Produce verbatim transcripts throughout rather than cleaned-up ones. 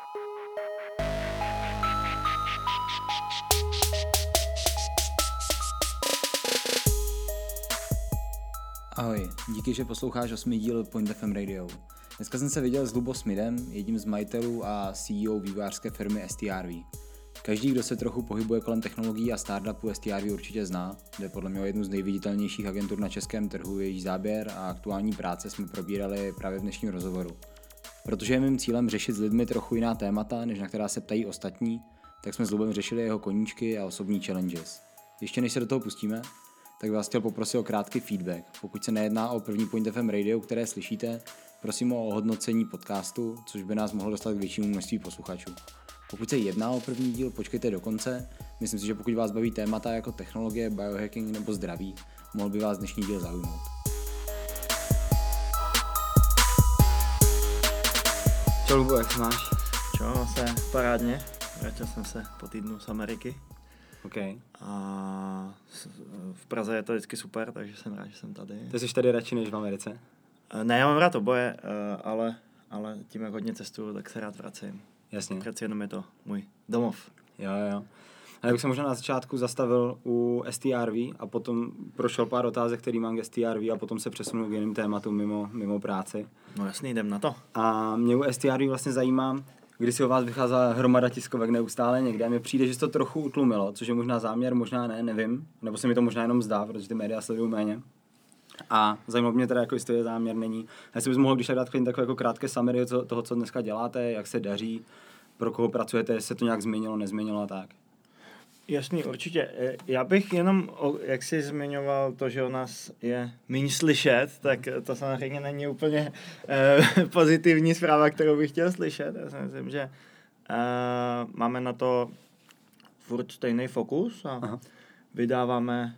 Ahoj, díky, že posloucháš osmý díl Point F M Radio. Dneska jsem se viděl s Lubo Smidem, jedním z majitelů a C E O vývojářské firmy S T R V. Každý, kdo se trochu pohybuje kolem technologií a startupů, S T R V určitě zná, jde podle mě o jednu z nejviditelnějších agentur na českém trhu, jejíž záběr a aktuální práce jsme probírali právě v dnešním rozhovoru. Protože je mým cílem řešit s lidmi trochu jiná témata, než na která se ptají ostatní, tak jsme s Lubem řešili jeho koníčky a osobní challenges. Ještě než se do toho pustíme, tak vás chtěl poprosit o krátký feedback. Pokud se nejedná o první Point F M Radio, které slyšíte, prosím o ohodnocení podcastu, což by nás mohlo dostat k většímu množství posluchačů. Pokud se jedná o první díl, počkejte do konce. Myslím si, že pokud vás baví témata jako technologie, biohacking nebo zdraví, mohl by vás dnešní díl zaujmout. Čau Lubo, jak se máš? Čau, se parádně. Vrátil jsem se po týdnu z Ameriky. Okay. A v Praze je to vždycky super, takže jsem rád, že jsem tady. Ty jsi tady radši než v Americe? Ne, já mám rád oboje, ale, ale tím, jak hodně cestuju, tak se rád vracím. Jasně. Přeci jenom je to můj domov. Jo, jo. A já bych se možná na začátku zastavil u S T R V a potom prošel pár otázek, který mám k S T R V a potom se přesunul k jiným tématům mimo, mimo práci. No jasný, jdem na to. A mě u S T R V vlastně zajímá, když si o vás vycházela hromada tiskovek neustále někde, a mně přijde, že se to trochu utlumilo, což je možná záměr, možná ne, nevím, nebo se mi to možná jenom zdá, protože ty média sledují méně. A zajímalo mě teda, jako jestli to je záměr, není. Jestli bys mohl, když tak dát takové jako krátké summary toho, co dneska děláte, jak se daří, pro koho pracujete, jestli se to nějak změnilo, nezměnilo a tak. Jasný, určitě. Já bych jenom, jak jsi zmiňoval to, že o nás je méně slyšet, tak to samozřejmě není úplně eh, pozitivní zpráva, kterou bych chtěl slyšet. Já si myslím, že eh, máme na to furt stejný fokus a Aha. vydáváme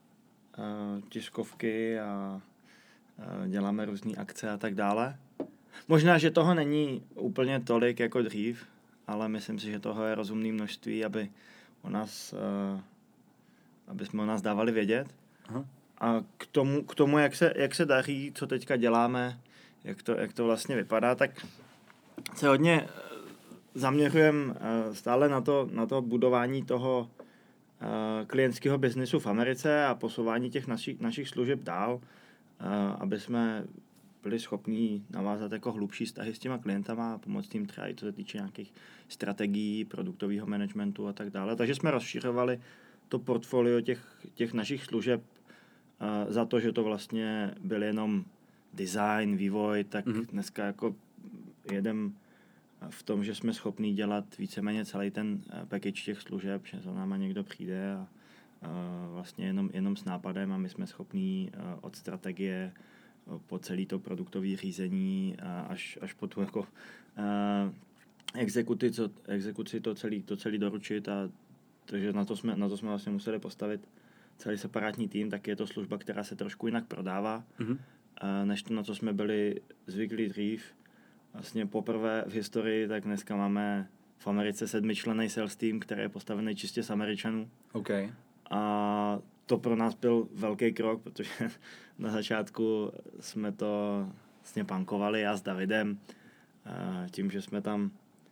eh, tiskovky a eh, děláme různé akce a tak dále. Možná, že toho není úplně tolik jako dřív, ale myslím si, že toho je rozumné množství, aby o nás, uh, aby jsme o nás dávali vědět. Aha. A k tomu, k tomu jak, se, jak se daří, co teďka děláme, jak to, jak to vlastně vypadá, tak se hodně zaměřujeme uh, stále na to, na to budování toho uh, klientského biznisu v Americe a posouvání těch naši, našich služeb dál, uh, aby jsme byli schopní navázat jako hlubší vztahy s těma klientama a pomoct jim třeba i co se týče nějakých strategií, produktového managementu a tak dále. Takže jsme rozšiřovali to portfolio těch, těch našich služeb uh, za to, že to vlastně byl jenom design, vývoj, tak mm-hmm. dneska jako jedem v tom, že jsme schopní dělat víceméně celý ten package těch služeb, že za náma někdo přijde a uh, vlastně jenom, jenom s nápadem a my jsme schopní uh, od strategie po celé to produktové řízení až, až po tu jako uh, exekuci, co, exekuci to celý, to celý doručit a takže na to jsme, na to jsme vlastně museli postavit celý separátní tým, tak je to služba, která se trošku jinak prodává, mm-hmm. uh, než to, na co jsme byli zvyklí dřív. Vlastně poprvé v historii, tak dneska máme v Americe sedmičlenný sales team, který je postavený čistě z Američanů. Okay. A to pro nás byl velký krok, protože na začátku jsme to vlastně punkovali já s Davidem, tím, že jsme tam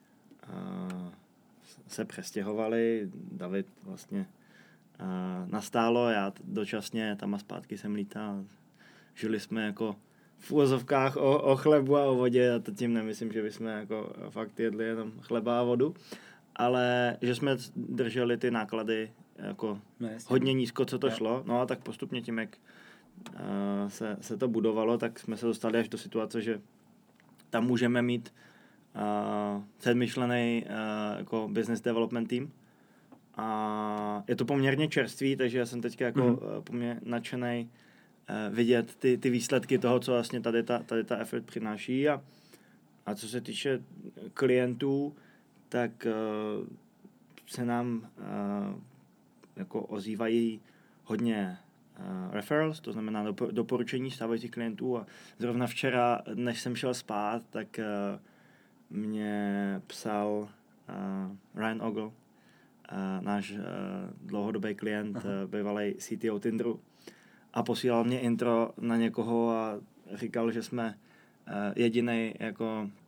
se přestěhovali. David vlastně nastálo, já dočasně tam a zpátky jsem lítal. Žili jsme jako v úvozovkách o, o chlebu a o vodě a to tím nemyslím, že bychom jako fakt jedli jenom chleba a vodu, ale že jsme drželi ty náklady jako no, hodně nízko, co to jo. šlo. No a tak postupně tím, jak uh, se, se to budovalo, tak jsme se dostali až do situace, že tam můžeme mít uh, sedmičlenný uh, jako business development team. A je to poměrně čerstvý, takže já jsem teďka jako mm-hmm. uh, poměrně nadšenej uh, vidět ty, ty výsledky toho, co vlastně tady ta, tady ta effort přináší. A, a co se týče klientů, tak uh, se nám uh, jako ozývají hodně uh, referrals, to znamená dopor- doporučení stávajících klientů a zrovna včera, než jsem šel spát, tak uh, mě psal uh, Ryan Ogle, uh, náš uh, dlouhodobý klient, uh, bývalý C T O Tinderu a posílal mě intro na někoho a říkal, že jsme uh, jedinej jako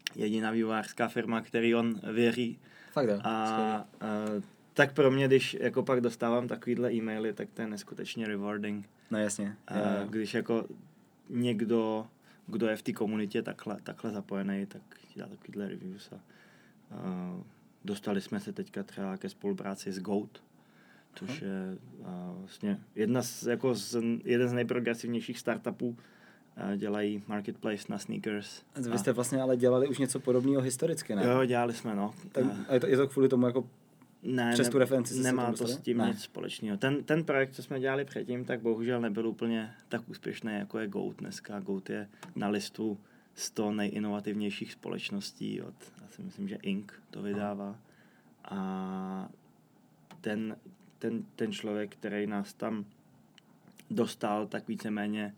jediná vývojářská firma, který on věří. Fakt jo, A, a skvělý. tak pro mě, když jako pak dostávám takovýhle e-maily, tak to je neskutečně rewarding. No jasně. A Jo, jo. když jako někdo, kdo je v té komunitě takhle, takhle zapojený, tak dá takovýhle reviews. A, a dostali jsme se teďka třeba ke spolupráci s Goat, což je a, vlastně jedna z, jako z, jeden z nejprogresivnějších startupů. A dělají marketplace na sneakers. Vy jste vlastně ale dělali už něco podobného historicky, ne? Jo, dělali jsme, no. Tak, a je, to, je to kvůli tomu jako Ne, přes ne, tu referenci jste se nemá tomu to s dostali? tím Ne. nic společného. Ten, ten projekt, co jsme dělali předtím, tak bohužel nebyl úplně tak úspěšný, jako je Goat dneska. Goat je na listu sto nejinovativnějších společností od, já si myslím, že Inc to vydává. A ten, ten, ten člověk, který nás tam dostal, tak víceméně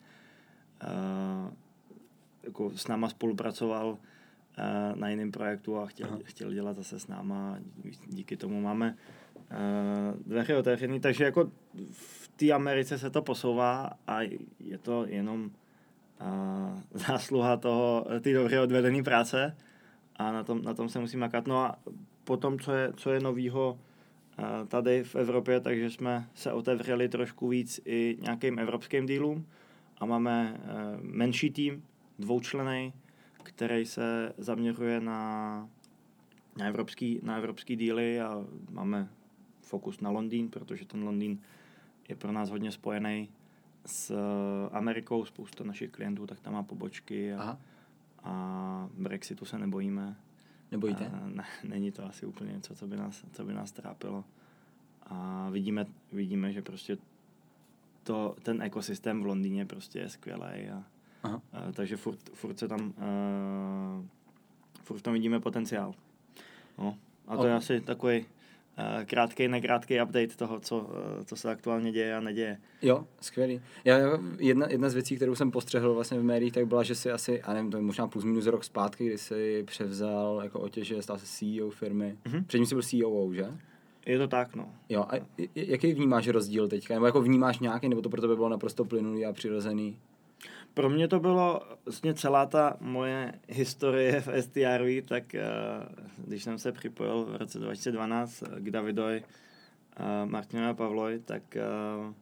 uh, jako s náma spolupracoval uh, na jiném projektu a chtěl, chtěl dělat zase s náma. Díky tomu máme uh, dveře otevřený, takže jako v té Americe se to posouvá a je to jenom uh, zásluha toho, ty dobře odvedené práce a na tom, na tom se musí makat. No a potom, co je, co je novýho uh, tady v Evropě, takže jsme se otevřeli trošku víc i nějakým evropským dílům a máme uh, menší tým, dvoučlenný, který se zaměřuje na, na, evropský, na evropský díly a máme fokus na Londýn, protože ten Londýn je pro nás hodně spojený s Amerikou, spousta našich klientů tak tam má pobočky a, a Brexitu se nebojíme. Nebojíte? A ne, není to asi úplně něco, co by nás, co by nás trápilo. A vidíme, vidíme že prostě to, ten ekosystém v Londýně prostě je skvělý a Aha. Uh, takže furt, furt se tam uh, furt v tom vidíme potenciál. No. A to okay. je asi takový uh, krátkej, nekrátkej update toho, co, uh, co se aktuálně děje a neděje. Jo, skvělý. Já, jedna, jedna z věcí, kterou jsem postřehl vlastně v médiích, tak byla, že si asi, a nevím, to je možná plus minus rok zpátky, kdy si převzal jako otěže, stal se C E O firmy. Mm-hmm. Předtím jsi byl C O O, že? Je to tak, no. Jo, a jaký vnímáš rozdíl teďka? Nebo jako vnímáš nějaký, nebo to pro tebe bylo naprosto plynulý a přirozený? Pro mě to bylo vlastně celá ta moje historie v S T R V, tak uh, když jsem se připojil v roce dva tisíce dvanáct k Davidovi, uh, Martinovi a Pavlovi, tak uh,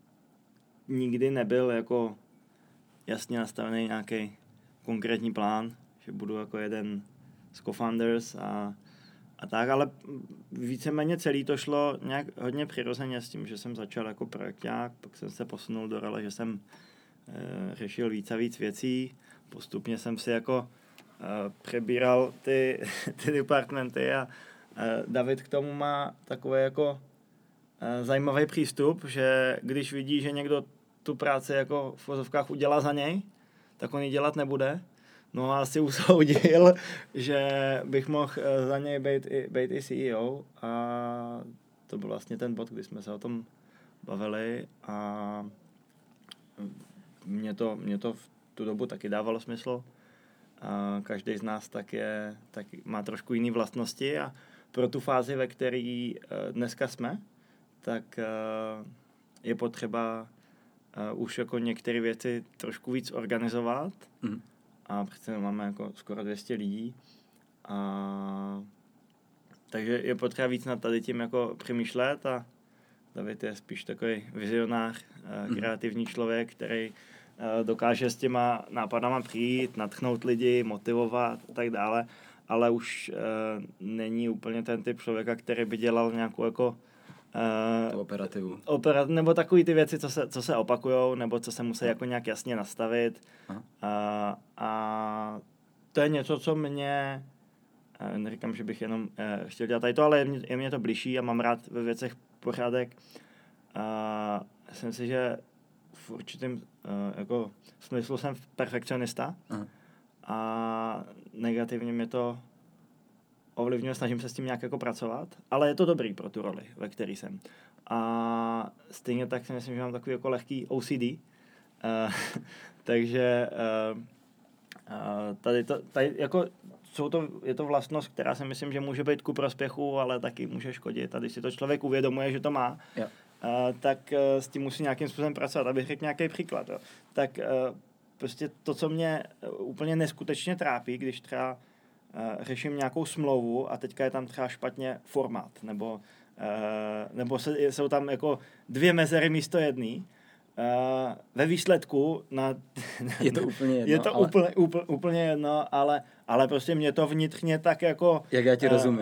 nikdy nebyl jako jasně nastavený nějaký konkrétní plán, že budu jako jeden z co-founders a, a tak, ale víceméně celý to šlo nějak hodně přirozeně s tím, že jsem začal jako projekták, pak jsem se posunul do role, že jsem řešil víc a víc věcí. Postupně jsem si jako uh, přebíral ty, ty departmenty a uh, David k tomu má takový jako uh, zajímavý přístup, že když vidí, že někdo tu práci jako v vozovkách udělá za něj, tak on ji dělat nebude. No a asi usoudil, že bych mohl uh, za něj být i, být i C E O a to byl vlastně ten bod, kdy jsme se o tom bavili a Mně to, mě to v tu dobu taky dávalo smysl. A každý z nás tak je, tak má trošku jiné vlastnosti a pro tu fázi, ve které dneska jsme, tak je potřeba už jako některé věci trošku víc organizovat. Mm. A přece máme jako skoro dvě stě lidí. A takže je potřeba víc nad tady tím jako přemýšlet a David je spíš takový vizionář, kreativní člověk, který dokáže s těma nápadama přijít, nadchnout lidi, motivovat a tak dále, ale už uh, není úplně ten typ člověka, který by dělal nějakou jako uh, operativu. Operat, nebo takový ty věci, co se, co se opakujou, nebo co se musí no. jako nějak jasně nastavit. Uh, a to je něco, co mě, uh, neříkám, že bych jenom uh, chtěl dělat tady to, ale je mě, je mě to blížší a mám rád ve věcech pořádek. Uh, myslím si, že v určitém uh, jako smyslu jsem perfekcionista. Aha. A negativně mě to ovlivňuje, snažím se s tím nějak jako pracovat, ale je to dobrý pro tu roli, ve který jsem. A stejně tak si myslím, že mám takový jako lehký O C D, uh, takže uh, uh, tady to, tady jako jsou to, je to vlastnost, která si myslím, že může být ku prospěchu, ale taky může škodit. A když si to člověk uvědomuje, že to má, yeah. Uh, tak uh, s tím musí nějakým způsobem pracovat. Abych řekl nějaký příklad. Jo. Tak uh, prostě to, co mě uh, úplně neskutečně trápí, když třeba řeším nějakou smlouvu a teďka je tam třeba špatně formát, nebo, uh, nebo se, jsou tam jako dvě mezery místo jedný. Uh, ve výsledku na, je to úplně jedno. Je to ale... úplně, úplně, úplně jedno, ale, ale prostě mě to vnitřně tak jako... Jak já ti uh, rozumím.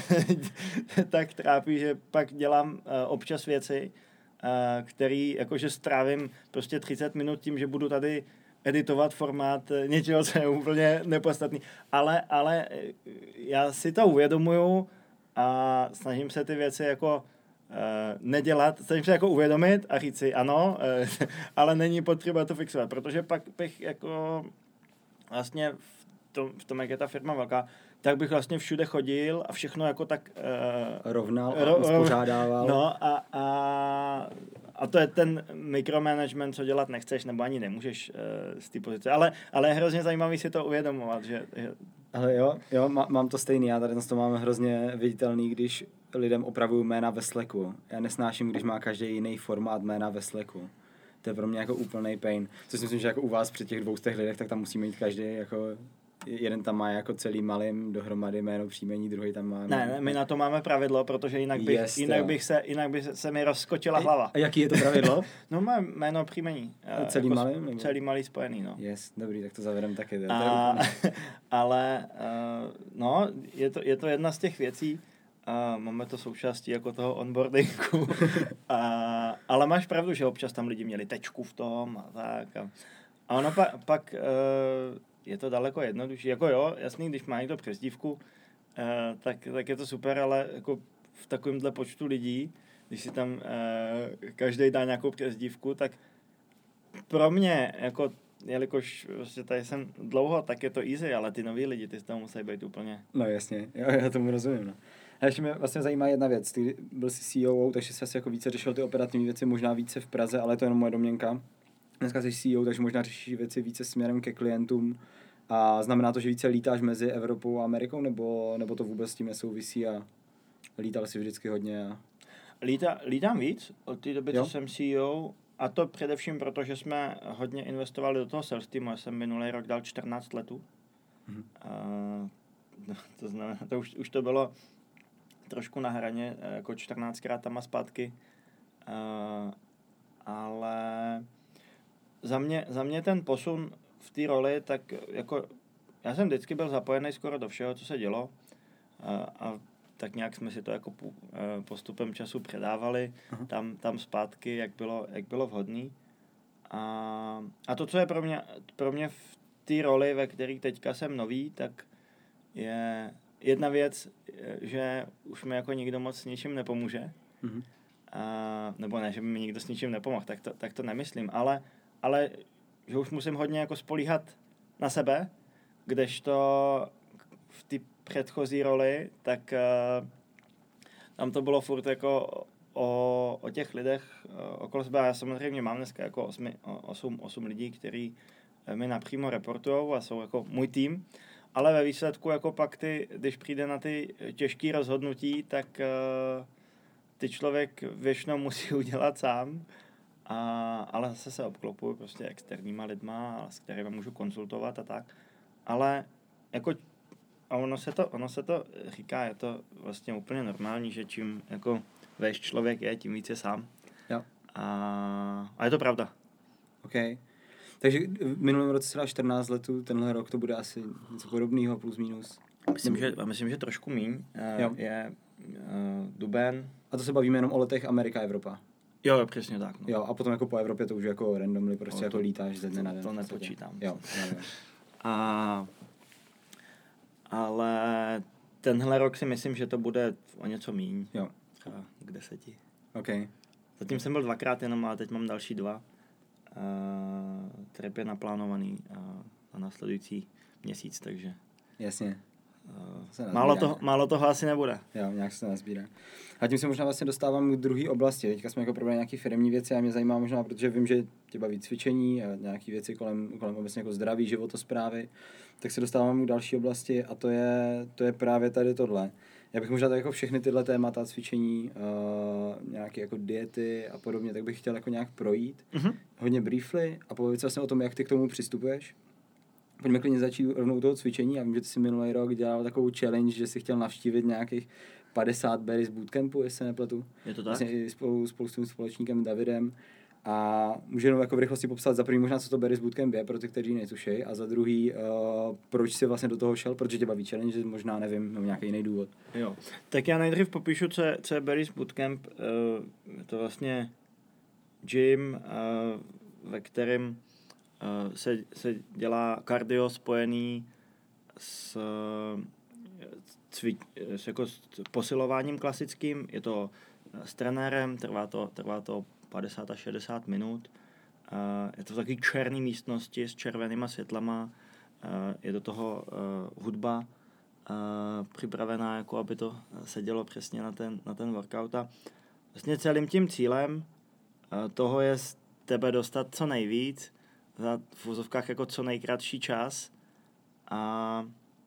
Uh, tak trápí, že pak dělám uh, občas věci, uh, který jakože strávím prostě třicet minut tím, že budu tady editovat formát něčeho, co je úplně nepodstatný. Ale, ale já si to uvědomuju a snažím se ty věci jako uh, nedělat, snažím se jako uvědomit a říct si ano, uh, ale není potřeba to fixovat, protože pak bych jako vlastně v tom, v tom, jak je ta firma velká, tak bych vlastně všude chodil a všechno jako tak... Uh, rovnal a ro, uspořádával. No a, a, a to je ten mikromanagement, co dělat nechceš, nebo ani nemůžeš uh, z té pozice. Ale, ale je hrozně zajímavý si to uvědomovat, že... že... Ale jo, jo má, mám to stejný, já tady to mám hrozně viditelný, když lidem opravuju jména ve Slacku. Já nesnáším, když má každý jiný formát jména ve Slacku. To je pro mě jako úplný pain. Co si myslím, že jako u vás při těch dvou z těch lidech, tak tam musí mít každý jako... Jeden tam má jako celý malým dohromady jméno příjmení, druhý tam má... Ne, ne, my na to máme pravidlo, protože jinak bych, yes, jinak bych, se, jinak by se mi rozskočila hlava. A jaký je to pravidlo? No má jméno příjmení. Celý jako malým? Nebo? Celý malý spojený, no. Yes, dobrý, tak to zavedem taky. A, ale uh, no, je to, je to jedna z těch věcí, a máme to součástí jako toho onboardingu, a, ale máš pravdu, že občas tam lidi měli tečku v tom a tak. A, a ono pa, pak... Uh, je to daleko jednodušší. Jako jo, jasný, když má někdo přezdívku, eh, tak, tak je to super, ale jako v takovémhle počtu lidí, když si tam eh, každý dá nějakou přezdívku, tak pro mě, jako, jelikož vlastně tady jsem dlouho, tak je to easy, ale ty noví lidi, ty z toho musí být úplně... No jasně, jo, já tomu rozumím. No. A ještě mě vlastně zajímá jedna věc. Ty byl jsi C O O, takže jsi asi jako více řešil ty operativní věci, možná více v Praze, ale to je jenom moje domněnka. Dneska jsi C E O, takže možná řešíš věci více směrem ke klientům a znamená to, že více lítáš mezi Evropou a Amerikou, nebo, nebo to vůbec s tím nesouvisí a lítal jsi vždycky hodně? A... Líta, lítám víc od té doby, jo? Co jsem C E O, a to především proto, že jsme hodně investovali do toho sales teamu. Já jsem minulý rok dal čtrnáct letů. Mhm. A, no, to znamená, to už, už to bylo trošku na hraně, jako čtrnáctkrát tam a zpátky. A, ale... Za mě, za mě ten posun v té roli, tak jako já jsem vždycky byl zapojený skoro do všeho, co se dělo a, a tak nějak jsme si to jako postupem času předávali tam, tam zpátky, jak bylo, jak bylo vhodný. A, a to, co je pro mě, pro mě v té roli, ve které teďka jsem nový, tak je jedna věc, že už mi jako nikdo moc s ničím nepomůže. Mm-hmm. A, nebo ne, že by mi nikdo s ničím nepomohl, tak to, tak to nemyslím, ale ale že už musím hodně jako spolíhat na sebe, kdežto v té předchozí roli, tak uh, tam to bylo furt jako o, o těch lidech uh, okolo sebe. Já samozřejmě mám dneska jako osmi, osm, osm lidí, kteří mi napřímo reportujou a jsou jako můj tým, ale ve výsledku jako pak ty, když přijde na ty těžké rozhodnutí, tak uh, ty člověk většinou musí udělat sám. A, ale zase se obklopuju prostě externíma lidma, s kterými můžu konzultovat a tak. Ale jako, a ono se to, ono se to říká, je to vlastně úplně normální, že čím jako veš člověk je, tím víc je sám. Jo. A, a je to pravda. OK. Takže v minulém roce se dá čtrnáct letů, tenhle rok to bude asi něco podobného, plus minus. Myslím, že, myslím, že trošku míň. Uh, je uh, duben. A to se bavíme jenom o letech Amerika, Evropa. Jo, jo, přesně tak. No. Jo, a potom jako po Evropě to už jako randomly prostě no, to, jako lítáš ze dne na den. To nepočítám. Jo, jo, jo. A, ale tenhle rok si myslím, že to bude o něco míň. Jo. Třeba k deseti. OK. Zatím jsem byl dvakrát jenom, ale teď mám další dva. Uh, trip je naplánovaný uh, na následující měsíc, takže... Jasně. Uh, málo, toho, málo toho asi nebude. Jo, nějak se to nazbírá. A tím se možná vlastně dostávám k druhé oblasti. Teďka jsme jako probrali nějaké firemní věci a mě zajímá možná, protože vím, že tě baví cvičení a nějaké věci kolem, kolem obecně jako zdraví, životosprávy, tak se dostávám k další oblasti a to je, to je právě tady tohle. Já bych možná tak jako všechny tyhle témata, cvičení, uh, nějaké jako diety a podobně, tak bych chtěl jako nějak projít. Mm-hmm. Hodně briefly a povědět vlastně o tom, jak ty k tomu přistupuješ. pojďme klidně začít rovnou toho cvičení. Já vím, že ty jsi minulý rok dělal takovou challenge, že jsi chtěl navštívit nějakých padesát Barry's Bootcampu, jestli se nepletu. Je to tak? Vlastně i spolu, spolu s tím společníkem Davidem. A můžu jenom jako v rychlosti popsat za první možná, co to Barry's Bootcamp je, pro ty, kteří netušejí, a za druhý, uh, proč jsi vlastně do toho šel, protože tě baví challenge, možná nevím, nebo nějaký jiný důvod. Jo. Tak já nejdřív popíšu, co je, co je Barry's Bootcamp. Uh, je to vlastně gym, uh, ve kterém uh, se, se dělá kardio spojený s, uh, cvi, s, jako s posilováním klasickým. Je to s trenérem, trvá to, trvá to padesát až šedesát minut. Uh, je to v takové černé místnosti s červenýma světlama. Uh, je do toho uh, hudba uh, připravená, jako aby to sedělo přesně na ten, na ten workout. A vlastně celým tím cílem uh, toho je z tebe dostat co nejvíc za v vozovkách jako co nejkratší čas. A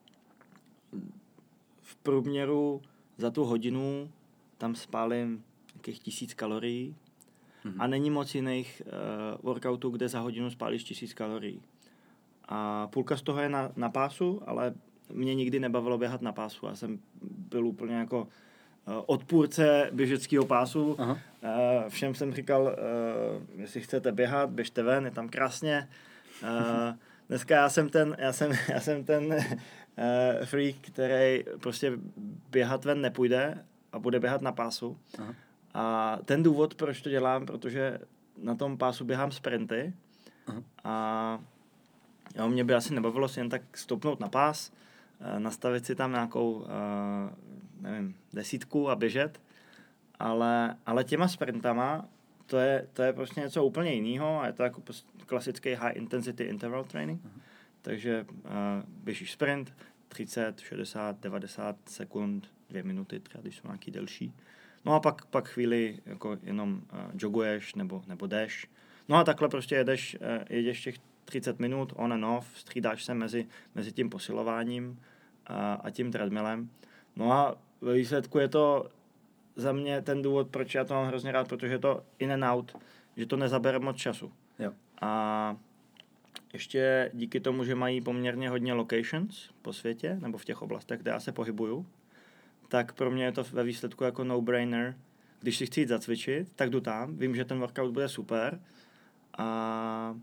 v průměru za tu hodinu tam spálím nějakých tisíc kalorií. Mm-hmm. A není moc jiných uh, workoutů, kde za hodinu spálíš tisíc kalorií. A půlka z toho je na, na pásu, ale mě nikdy nebavilo běhat na pásu. Já jsem byl úplně jako uh, odpůrce běžeckého pásu. Uh, všem jsem říkal, uh, jestli chcete běhat, běžte ven, je tam krásně. Uh, dneska já jsem ten, já jsem, já jsem ten uh, freak, který prostě běhat ven nepůjde a bude běhat na pásu. Aha. A ten důvod, proč to dělám, protože na tom pásu běhám sprinty. Aha. A jo, mě by asi nebavilo si jen tak stoupnout na pás, nastavit si tam nějakou, nevím, desítku a běžet, ale, ale těma sprintama to je, to je prostě něco úplně jiného a je to jako klasický high intensity interval training. Aha. Takže běžíš sprint, třicet, šedesát, devadesát sekund, dvě minuty, třeba když jsou nějaký delší. No a pak, pak chvíli jako jenom uh, joguješ nebo, nebo jdeš. No a takhle prostě jedeš, uh, jedeš těch třicet minut on and off, střídáš se mezi, mezi tím posilováním uh, a tím treadmillem. No a ve výsledku je to za mě ten důvod, proč já to mám hrozně rád, protože je to in and out, že to nezabere moc času. Jo. A ještě díky tomu, že mají poměrně hodně locations po světě, nebo v těch oblastech, kde já se pohybuju, tak pro mě je to ve výsledku jako no-brainer. Když si chci jít zacvičit, tak jdu tam, vím, že ten workout bude super a, a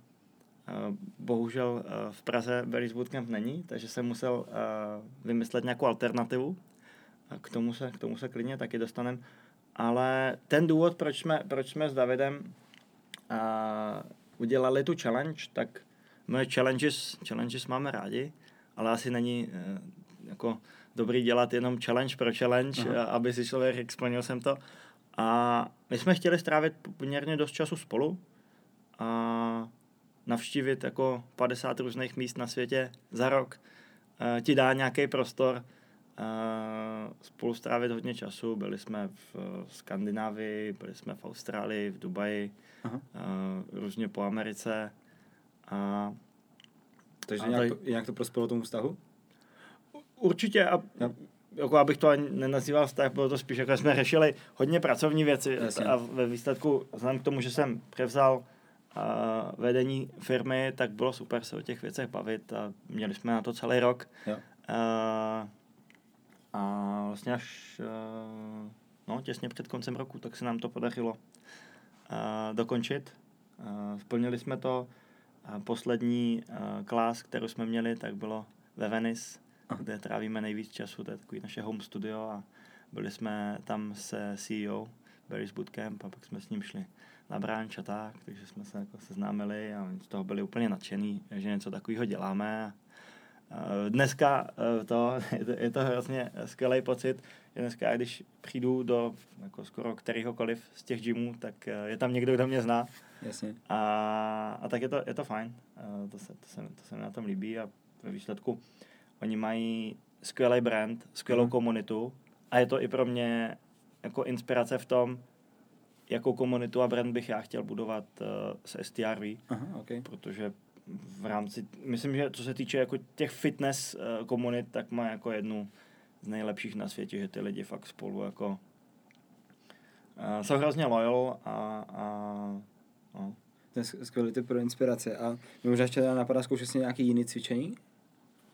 bohužel a v Praze Barry's Bootcamp není, takže jsem musel a, vymyslet nějakou alternativu. A k tomu se, k tomu se klidně taky dostaneme. Ale ten důvod, proč jsme, proč jsme s Davidem a, udělali tu challenge, tak moje challenges, challenges máme rádi, ale asi není a, jako dobrý dělat jenom challenge pro challenge, aha, aby si člověk řekl, splnil jsem to. A my jsme chtěli strávit poměrně dost času spolu a navštívit jako padesát různých míst na světě za rok. E, ti dá nějaký prostor e, spolu strávit hodně času. Byli jsme v Skandinávii, byli jsme v Austrálii, v Dubaji, e, různě po Americe. A, Takže a nějak, to, to, nějak to prospělo tomu vztahu? Určitě, a no. Jako abych to ani nenazýval vztah, bylo to spíš, jako jsme řešili hodně pracovní věci. Jasně. A ve výsledku, vzhledem k tomu, že jsem převzal uh, vedení firmy, tak bylo super se o těch věcech bavit a měli jsme na to celý rok. Jo. Uh, a vlastně až uh, no, těsně před koncem roku, tak se nám to podařilo uh, dokončit. Uh, splnili jsme to. Uh, poslední uh, class, kterou jsme měli, tak bylo ve Venice, kde trávíme nejvíc času, to je takový naše home studio a byli jsme tam se C E O Barry's Bootcamp a pak jsme s ním šli na brunch a tak, takže jsme se jako seznámili a z toho byli úplně nadšený, že něco takového děláme. Dneska to, je to hrozně skvělý pocit, že dneska, když přijdu do jako skoro kterýhokoliv z těch gymů, tak je tam někdo, kdo mě zná. Jasně. A, a tak je to, je to fajn, to se, to, se, to se mi na tom líbí a ve výsledku oni mají skvělý brand, skvělou mm. komunitu a je to i pro mě jako inspirace v tom, jakou komunitu a brand bych já chtěl budovat uh, s S T R V. Aha, okay. Protože v rámci, myslím, že co se týče jako těch fitness uh, komunit, tak má jako jednu z nejlepších na světě, že ty lidi fakt spolu jako uh, jsou hrozně loyal a, a no. To je skvělý typ pro inspirace. A mě možná ještě napadá zkoušet si nějaký jiný cvičení?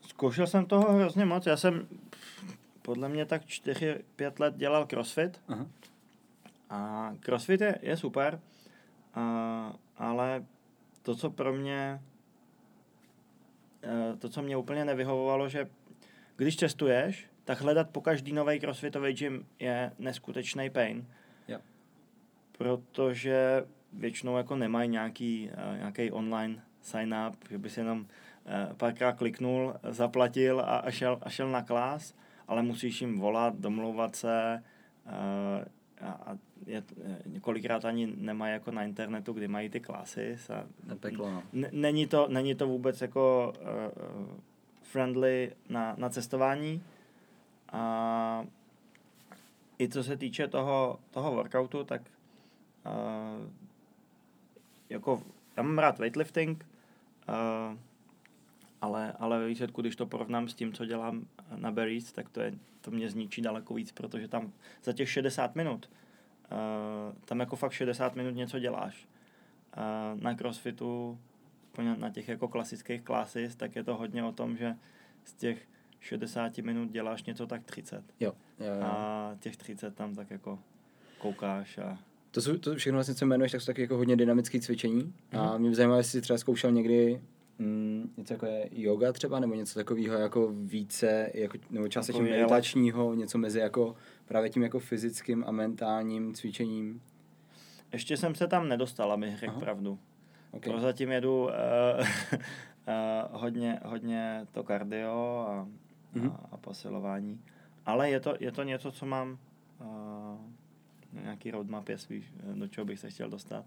Zkoušel jsem toho hrozně moc. Já jsem podle mě tak čtyři pět let dělal crossfit. Aha. A crossfit je, je super, a, ale to, co pro mě, to, co mě úplně nevyhovovalo, že když cestuješ, tak hledat po každý nový crossfitový gym je neskutečný pain. Jo. Protože většinou jako nemají nějaký, nějaký online sign-up, že bys jenom párkrát kliknul, zaplatil a, a, šel, a šel na klás, ale musíš jim volat, domlouvat se a, a je, několikrát ani nemají jako na internetu, kdy mají ty klasy. Peklo, no. N- není, to, není to vůbec jako uh, friendly na, na cestování. A i co se týče toho, toho workoutu, tak uh, jako já mám rád weightlifting, uh, ale, ale ve výsledku, když to porovnám s tím, co dělám na Barry's, tak to, je, to mě zničí daleko víc, protože tam za těch šedesát minut, uh, tam jako fakt šedesát minut něco děláš. Uh, na crossfitu, na těch jako klasických classes, tak je to hodně o tom, že z těch šedesát minut děláš něco tak třicet. Jo, jo, jo. A těch třicet tam tak jako koukáš a... To jsou to všechno vlastně, co jmenuješ, tak jsou taky jako hodně dynamické cvičení. Mm-hmm. A mě by zajímalo, jestli jsi třeba zkoušel někdy mm, něco jako je yoga třeba, nebo něco takového jako více, jako, nebo částečně meditačního, něco mezi jako právě tím jako fyzickým a mentálním cvičením. Ještě jsem se tam nedostal, abych řekl pravdu. Okay. Prozatím jedu uh, uh, hodně, hodně to kardio a, mm-hmm. a, a posilování. Ale je to, je to něco, co mám uh, nějaký roadmap, jestli do čeho bych se chtěl dostat.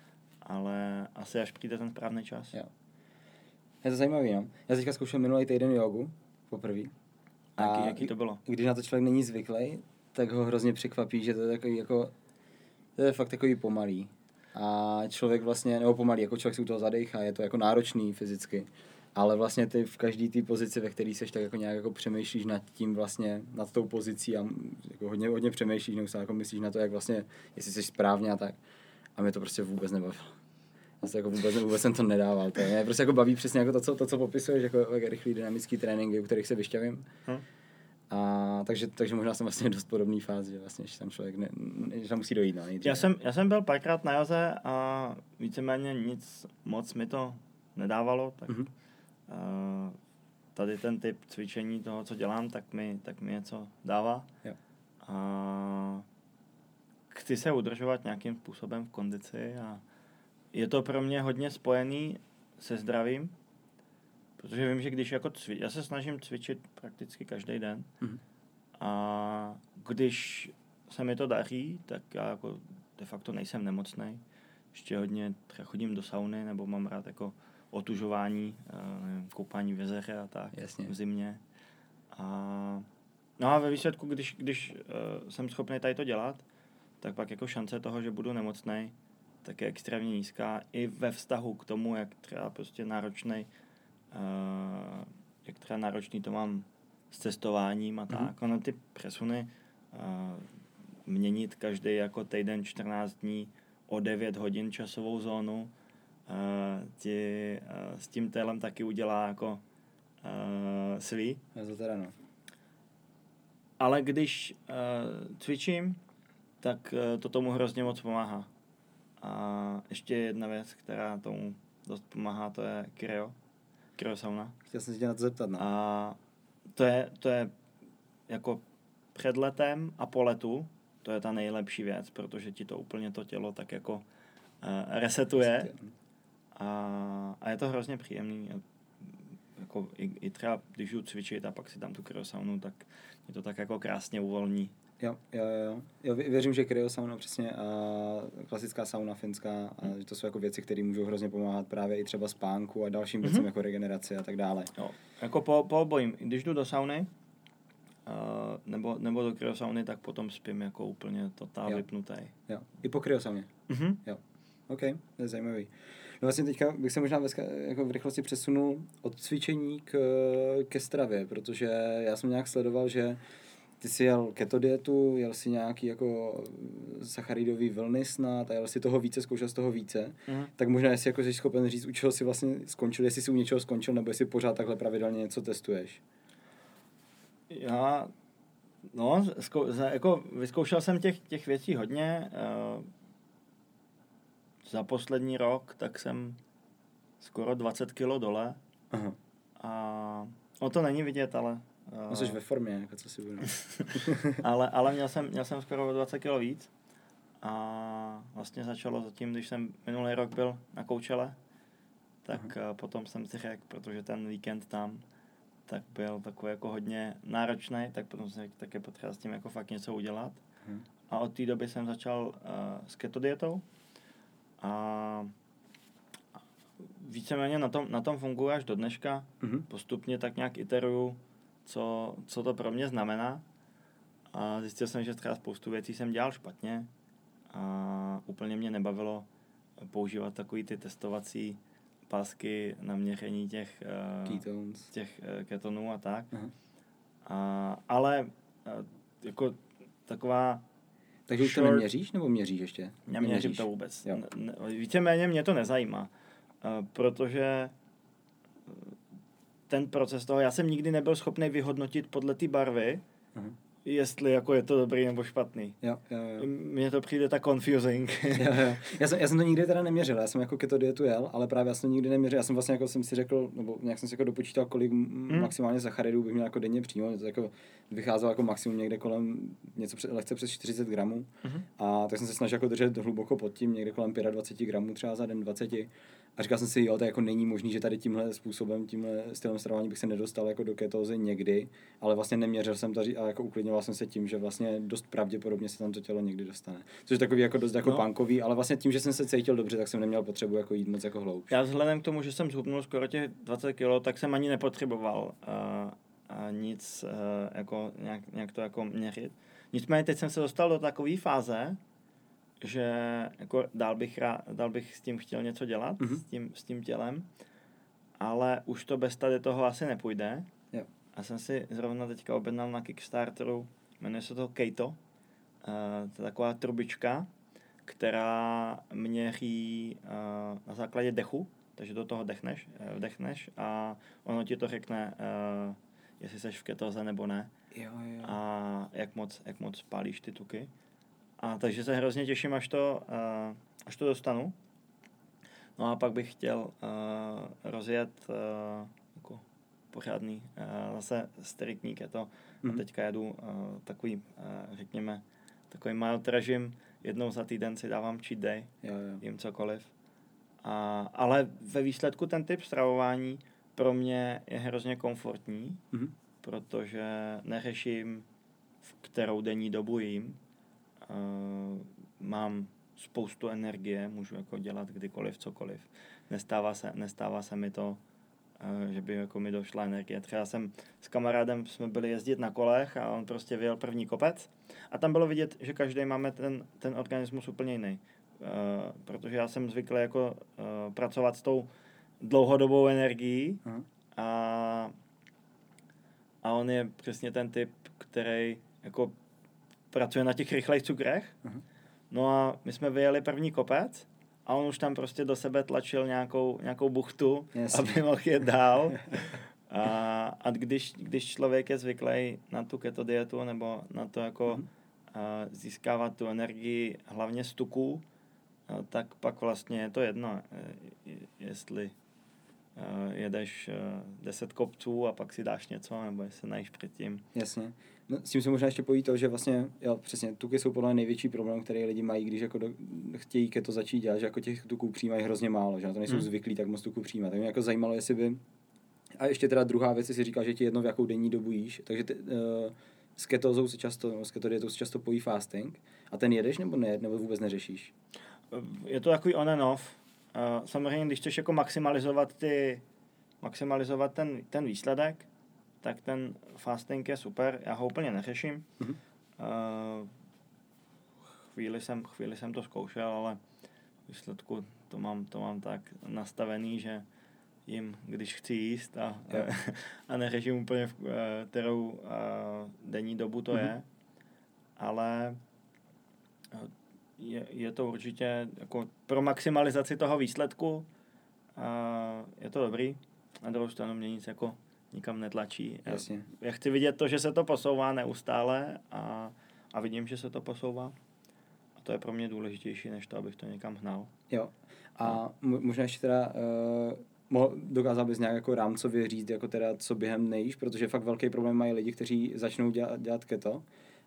Ale asi až přijde ten správný čas. Jo. Je to zajímavý, no. Já teďka zkoušel minulý týden jogu, poprvé. A jaký, jaký to bylo? Když na to člověk není zvyklý, tak ho hrozně překvapí, že to je takový jako, to je fakt takový pomalý. A člověk vlastně, nebo pomalý, jako člověk si u toho zadechá, je to jako náročný fyzicky. Ale vlastně ty v každý té pozici, ve které seš, tak jako nějak jako přemýšlíš nad tím vlastně, nad tou pozicí a jako hodně, hodně přemýšlíš, neustále jako myslíš na to, jak vlastně, jestli jsi správně a tak. A mě to prostě vůbec nebavilo. Vlastně jako vůbec, vůbec jsem to nedával. To mě prostě jako baví přesně jako to, co, to, co popisuješ, jako, jako rychlý dynamický tréninky, u kterých se vyšťavím. Hmm. A takže, takže možná jsem vlastně dost podobný fázi, že vlastně, že tam člověk ne, ne, že tam musí dojít. No, já, jsem, já jsem byl párkrát na joze a víceméně nic moc mi to nedávalo, tak mm-hmm. uh, tady ten typ cvičení toho, co dělám, tak mi, tak mi něco dává. Jo. A chci se udržovat nějakým způsobem v kondici a je to pro mě hodně spojený se zdravím, protože vím, že když jako cvičím, já se snažím cvičit prakticky každý den mm-hmm. a když se mi to daří, tak já jako de facto nejsem nemocnej. Ještě hodně třeba chodím do sauny, nebo mám rád jako otužování, nevím, koupání v jezeře a tak. Jasně. V zimě. A, no a ve výsledku, když, když uh, jsem schopný tady to dělat, tak pak jako šance toho, že budu nemocnej, tak je extrémně nízká i ve vztahu k tomu, jak třeba prostě náročnej, uh, jak třeba náročný to mám s cestováním a tak. Mm-hmm. Ono ty přesuny uh, měnit každý jako týden čtrnáct dní o devět hodin časovou zónu uh, ti uh, s tím télem taky udělá jako uh, svý. Já to teda no. Ale když uh, cvičím, tak uh, to tomu hrozně moc pomáhá. A ještě jedna věc, která tomu dost pomáhá, to je kryo. Kryosauna. Chtěl jsem se tě na to zeptat, no. A to je, to je jako před letem a po letu, to je ta nejlepší věc, protože ti to úplně to tělo tak jako uh, resetuje. A, a je to hrozně příjemný. Jako i, i třeba, když jdu cvičit a pak si tam tu kryosaunu, tak je to tak jako krásně uvolní. Jo, jo, jo. jo věřím, že kryosauna přesně a klasická sauna finská, a hmm. že to jsou jako věci, které můžou hrozně pomáhat právě i třeba spánku a dalším věcem, mm-hmm. jako regeneraci a tak dále. Jo. Jako po, po obojím. Když jdu do sauny, uh, nebo, nebo do kryosauny, tak potom spím jako úplně totál vypnutý. Jo, i po kryosauně. Mm-hmm. Jo, OK, to je zajímavý. No vlastně teďka bych se možná veska, jako v rychlosti přesunul od cvičení k, ke stravě, protože já jsem nějak sledoval, že ty jsi jel keto dietu, jel si nějaký jako sacharidový vlny snad a jel si toho více, zkoušel z toho více, mm. tak možná jestli jako jsi schopen říct, u čeho jsi vlastně skončil, jestli jsi u něčeho skončil, nebo jestli pořád takhle pravidelně něco testuješ. Já, no, zkou, jako vyzkoušel jsem těch, těch věcí hodně. Uh, za poslední rok tak jsem skoro dvacet kilo dole. Aha. A o to není vidět, ale... No jsi ve formě, jako co si budu. ale ale měl, jsem, měl jsem skoro o dvacet kilo víc. A vlastně začalo zatím, když jsem minulý rok byl na Coachelle, tak Aha. potom jsem si řekl, protože ten víkend tam tak byl takový jako hodně náročný, tak potom jsem řekl, tak je potřeba s tím jako fakt něco udělat. Hmm. A od té doby jsem začal uh, s keto dietou a víceméně na tom, na tom funguje až do dneška. Hmm. Postupně tak nějak iteruju, co, co to pro mě znamená. A zjistil jsem, že třeba spoustu věcí jsem dělal špatně a úplně mě nebavilo používat takový ty testovací pásky na měření těch, uh, těch uh, ketonů a tak. Uh-huh. A, ale uh, jako taková... Takže už short... to neměříš, nebo měříš ještě? Neměřím to vůbec. Ne, ne, víceméně mě to nezajímá, uh, protože ten proces toho, já jsem nikdy nebyl schopný vyhodnotit podle té barvy, uh-huh. jestli jako je to dobrý nebo špatný. Jo, jo, jo. Mně to přijde tak confusing. jo, jo. Já, jsem, já jsem to nikdy teda neměřil, já jsem jako keto dietu jel, ale právě já jsem to nikdy neměřil. Já jsem vlastně jako jsem si řekl, nebo nějak jsem si jako dopočítal, kolik hmm. maximálně sacharidů bych měl jako denně přímo. To jako vycházelo jako maximum někde kolem něco před, lehce přes čtyřicet gramů. Hmm. A tak jsem se snažil jako držet hluboko pod tím, někde kolem dvacet pět gramů třeba za den, dvacet. A říkal jsem si, jo, to jako není možný, že tady tímhle způsobem, tímhle stylem stravování bych se nedostal jako do ketózy někdy, ale vlastně neměřil jsem to a jako uklidňoval jsem se tím, že vlastně dost pravděpodobně se tam to tělo někdy dostane. Což je takový jako dost jako no. punkový, ale vlastně tím, že jsem se cítil dobře, tak jsem neměl potřebu jako jít moc jako hloubš. Já vzhledem k tomu, že jsem zhubnul skoro těch dvacet kilo, tak jsem ani nepotřeboval uh, uh, nic uh, jako nějak, nějak to jako měřit. Nicméně teď jsem se dostal do takové fáze, že jako dál bych, rád, dál bych s tím chtěl něco dělat, mm-hmm. s, tím, s tím tělem, ale už to bez tady toho asi nepůjde. Jo. A jsem si zrovna teďka objednal na Kickstarteru, jmenuje se to Keto, uh, to je taková trubička, která měří uh, na základě dechu, takže do toho dechneš, vdechneš a ono ti to řekne, uh, jestli seš v ketoze nebo ne. Jo, jo. A jak moc, jak moc pálíš ty tuky. A takže se hrozně těším, až to, uh, až to dostanu. No a pak bych chtěl uh, rozjet uh, jako pořádný, uh, zase striktní keto. Mm-hmm. A teďka jedu uh, takový, uh, řekněme, takový mild režim. Jednou za týden si dávám cheat day, jo, jo. jím cokoliv. A, ale ve výsledku ten typ stravování pro mě je hrozně komfortní, mm-hmm. protože neřeším, v kterou denní dobu jím. Uh, mám spoustu energie, můžu jako dělat kdykoliv, cokoliv. Nestává se, nestává se mi to, uh, že by jako mi došla energie. Třeba jsem s kamarádem, jsme byli jezdit na kolech a on prostě vyjel první kopec a tam bylo vidět, že každý máme ten, ten organismus úplně jiný. Uh, protože já jsem zvyklý jako uh, pracovat s tou dlouhodobou energií uh-huh. a, a on je přesně ten typ, který jako pracuje na těch rychlejch cukrech. Uh-huh. No a my jsme vyjeli první kopec a on už tam prostě do sebe tlačil nějakou, nějakou buchtu, yes. aby mohl jet dál. A, a když, když člověk je zvyklý na tu keto dietu nebo na to jako uh-huh. a získávat tu energii hlavně z tuků, a tak pak vlastně je to jedno, jestli jedeš deset kopců a pak si dáš něco, nebo jestli se najíš předtím. Jasně. No, s tím se možná ještě pojí to, že vlastně, jo, přesně, tuky jsou podle mě největší problém, který lidi mají, když jako do, chtějí keto začít dělat, že jako těch tuků přijímají hrozně málo, že na to nejsou hmm. zvyklí tak moc tuků přijímat. Tak mě jako zajímalo, jestli by... A ještě teda druhá věc, jsi říkal, že ti jedno v jakou denní dobu jíš, takže ty, uh, s ketózou se často, s keto dietou se často pojí fasting. A ten jedeš nebo ne, nebo vůbec neřešíš? Je to takový on and off. Uh, samozřejmě, když chceš jako maximalizovat ty, maximalizovat ten, ten výsledek, tak ten fasting je super, já ho úplně neřeším. Mm-hmm. Uh, chvíli, jsem, chvíli jsem to zkoušel, ale v výsledku to mám, to mám tak nastavený, že jim, když chci jíst a, a neřeším úplně, v kterou uh, denní dobu to mm-hmm. je. Ale je, je to určitě jako pro maximalizaci toho výsledku uh, je to dobrý. Na druhou stranu mě nic jako nikam netlačí. Jasně. Já chci vidět to, že se to posouvá neustále a, a vidím, že se to posouvá. A to je pro mě důležitější, než to, abych to někam hnal. Jo. A možná ještě teda uh, mohl, dokázal bys nějak jako rámcově říct, jako teda, co během nejíš, protože fakt velký problém mají lidi, kteří začnou dělat, dělat keto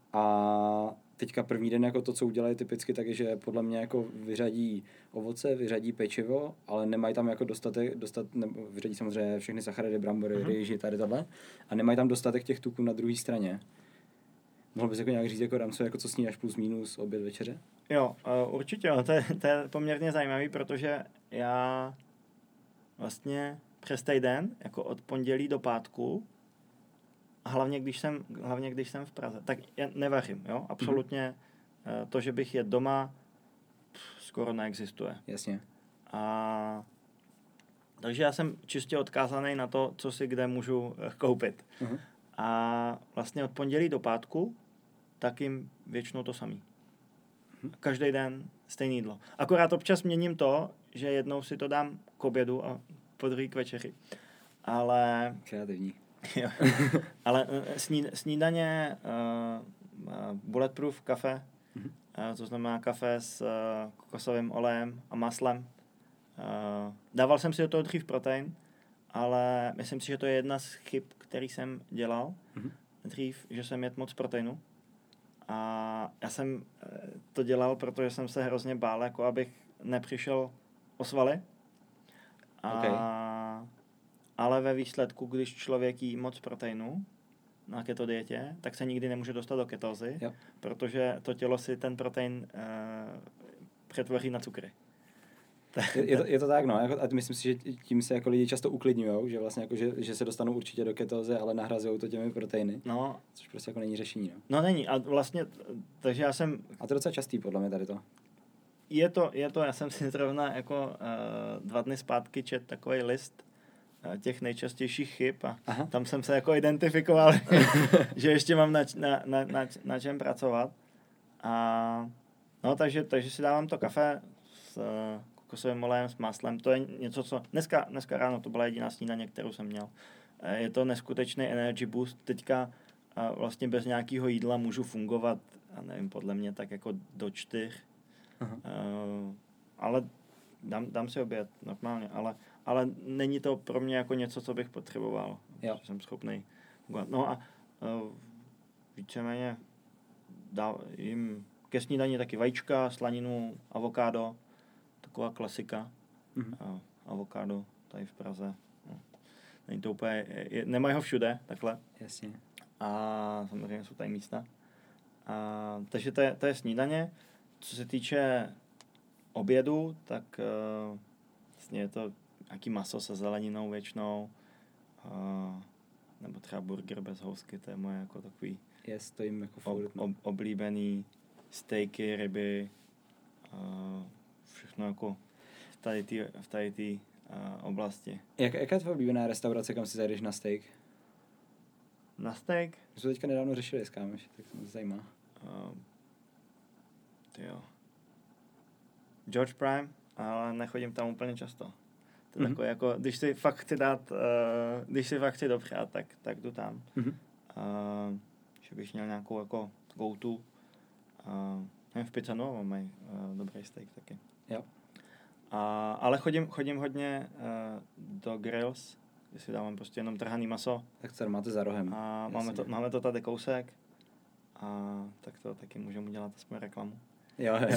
a teďka první den jako to, co udělají typicky, tak je, že podle mě jako vyřadí ovoce, vyřadí pečivo, ale nemají tam jako dostatek, dostat, nebo vyřadí samozřejmě všechny sacharidy, brambory, uh-huh. rýži, tady tohle, a nemají tam dostatek těch tuků na druhé straně. Mohl bys jako nějak říct jako rámcově, jako co snídáš plus minus oběd večeře? Jo, uh, určitě, jo. To, je, to je poměrně zajímavý, protože já vlastně přes týden, jako od pondělí do pátku, a hlavně když jsem, hlavně když jsem v Praze, tak já nevařím, jo, absolutně. Mm-hmm. To, že bych jedl doma, pff, skoro neexistuje. Jasně. A takže já jsem čistě odkázaný na to, co si kde můžu koupit. Mm-hmm. A vlastně od pondělí do pátku, tak jim většinou to samý. Mm-hmm. Každý den stejné jídlo. Akorát občas měním to, že jednou si to dám k obědu a po druhý k večeři. Ale... Kreativní. Jo. Ale sní, snídaně uh, bulletproof kafe, mm-hmm. uh, to znamená kafe s uh, kokosovým olejem a maslem. Uh, dával jsem si do toho dřív protein, ale myslím si, že to je jedna z chyb, který jsem dělal mm-hmm. dřív, že jsem jedl moc proteinu. A já jsem to dělal, protože jsem se hrozně bál, jako abych nepřišel o svaly. A okay. Ale ve výsledku, když člověk jí moc proteinu na keto dietě, tak se nikdy nemůže dostat do ketózy, jo. Protože to tělo si ten protein uh, přetvoří na cukry. Je, je, to, je to tak, no. Jako, a myslím si, že tím se jako lidi často uklidňujou, že vlastně jako, že, že se dostanou určitě do ketózy, ale nahrazují to těmi proteiny. No. Což prostě jako není řešení, no. No není. A vlastně, takže já jsem... A to je docela častý, podle mě, tady to. Je to, je to, já jsem si zrovna jako uh, dva dny zpátky čet takový list těch nejčastějších chyb a aha. Tam jsem se jako identifikoval, že ještě mám na, na, na, na, na čem pracovat. A no, takže, takže si dávám to kafe s uh, kokosovým olejem, s maslem. To je něco, co... Dneska, dneska ráno to byla jediná snídaně, kterou jsem měl. Je to neskutečný energy boost. Teďka uh, vlastně bez nějakého jídla můžu fungovat, a nevím, podle mě tak jako do čtyř. Uh, ale dám, dám si oběd normálně, ale ale není to pro mě jako něco, co bych potřeboval. Jo. Jsem schopný fungovat. No a uh, víceméně dál, jim ke snídani taky vajíčka, slaninu, avokádo, taková klasika. Mm-hmm. Uh, avokádo tady v Praze. No. Není to úplně, je, nemají ho všude, takhle. Jasně. A samozřejmě jsou tady místa. A, takže to je, to je snídaně. Co se týče obědu, tak uh, vlastně je to nějaký maso se zeleninou většinou, uh, nebo třeba burger bez housky, to je moje jako takový yes, to jim jako ob, ob, oblíbený, steaky, ryby, uh, všechno jako v tady té v tady tý, uh, oblasti. Jak, jaká je tvoje oblíbená restaurace, kam si zajdeš na steak? Na steak? My jsme teďka nedávno řešili s kámoši, tak se mě zajímá. Uh, tyjo. George Prime, ale nechodím tam úplně často. To je mm-hmm. takové jako, když si fakt chci dát, uh, když si fakt chci dopřát, tak, tak jdu tam. Mm-hmm. Uh, že bych měl nějakou jako go-to. Uh, nevím, v Pizza Nuova mají uh, dobrý steak taky. Jo. Uh, ale chodím, chodím hodně uh, do Grills, kde si dávám prostě jenom trhaný maso. Tak co máte za rohem. A máme to, máme to tady kousek. A tak to taky můžeme udělat aspoň reklamu. Jo, jo.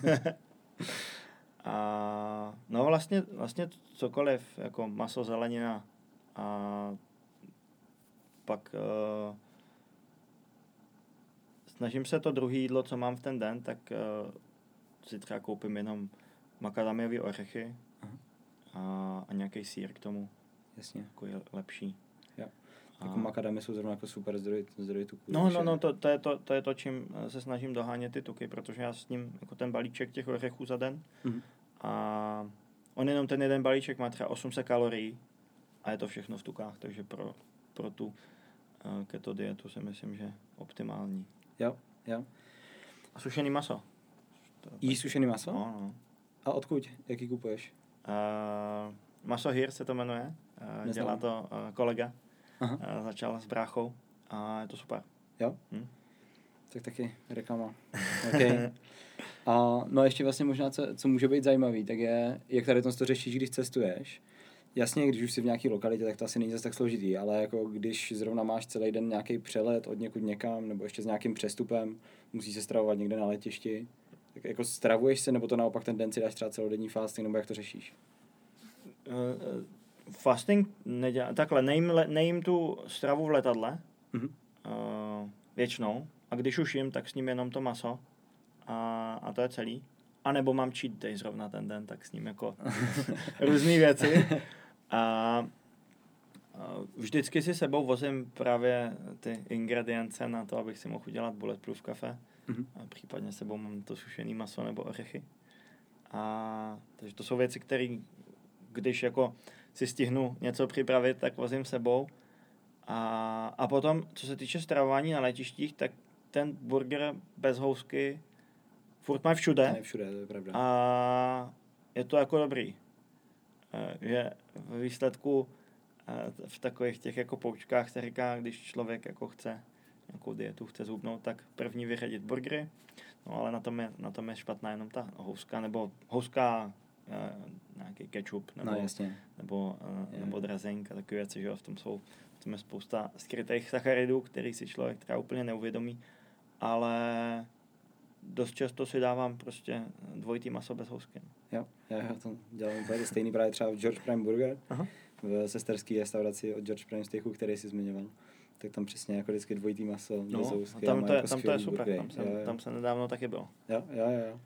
A no vlastně, vlastně cokoliv, jako maso, zelenina a pak uh, snažím se to druhý jídlo, co mám v ten den, tak uh, si třeba koupím jenom makadamiové ořechy a, a nějaký sýr k tomu. Jasně. Jako je lepší. Jo. Jako makadamy jsou zrovna jako super zdroj, zdroj tuků. No, no, no, to, to, je to, to je to, čím se snažím dohánět ty tuky, protože já s ním jako ten balíček těch ořechů za den. Mm-hmm. A on jenom ten jeden balíček má třeba osm set kalorií a je to všechno v tukách, takže pro, pro tu uh, keto dietu si myslím, že optimální. Jo, jo. A sušený maso. Jí sušený maso? No, no. A odkud? Jaký kupuješ? Uh, Maso Here se to jmenuje, uh, dělá to uh, kolega, uh, začal s bráchou a je to super. Jo? Hm? Tak taky reklama. Okay. A no ještě vlastně možná, co, co může být zajímavý, tak je, jak tady to řešíš, když cestuješ. Jasně, když už jsi v nějaké lokalitě, tak to asi není zase tak složitý, ale jako když zrovna máš celý den nějaký přelet od někud někam, nebo ještě s nějakým přestupem, musíš se stravovat někde na letišti, tak jako stravuješ se, nebo to naopak ten den si dáš třeba celodenní fasting, nebo jak to řešíš? Uh, fasting nedělá, takhle, nejím, le, nejím tu stravu v letadle, Mm-hmm. uh, většinou, a když už jim, tak s ním jenom to maso a, a to je celý. A nebo mám cheat day zrovna ten den, tak s ním jako různý věci. A, a vždycky si sebou vozím právě ty ingredience na to, abych si mohl udělat bulletproof kafe. Mm-hmm. A případně sebou mám to sušený maso nebo ořechy. A, takže to jsou věci, které když jako si stihnu něco připravit, tak vozím sebou. A, a potom, co se týče stravování na letištích, tak ten burger bez housky furt mají všude. Ne, všude, to je pravda. A je to jako dobrý. Že v výsledku v takových těch jako poučkách se říká, když člověk jako chce nějakou dietu, chce zhubnout, tak první vyřadit burgery, no ale na tom je, na tom je špatná jenom ta houska, nebo houska, nějaký ketchup, nebo, no, jasně. nebo, nebo dressing a takové věci, že v tom jsou v tom je spousta skrytých sacharidů, který si člověk třeba úplně neuvědomí, ale dost často si dávám prostě dvojitý maso bez housky. Jo, já, já to dělám úplně stejný právě třeba v George Prime Burger, Aha. v sesterské restauraci od George Prime Steaku, který jsi zmiňoval. Tak tam přesně jako vždycky dvojitý maso no, bez housky. Tam, to je, jako tam to je super, tam jsem, jo, jo. tam se nedávno taky byl. Jo, jo, jo.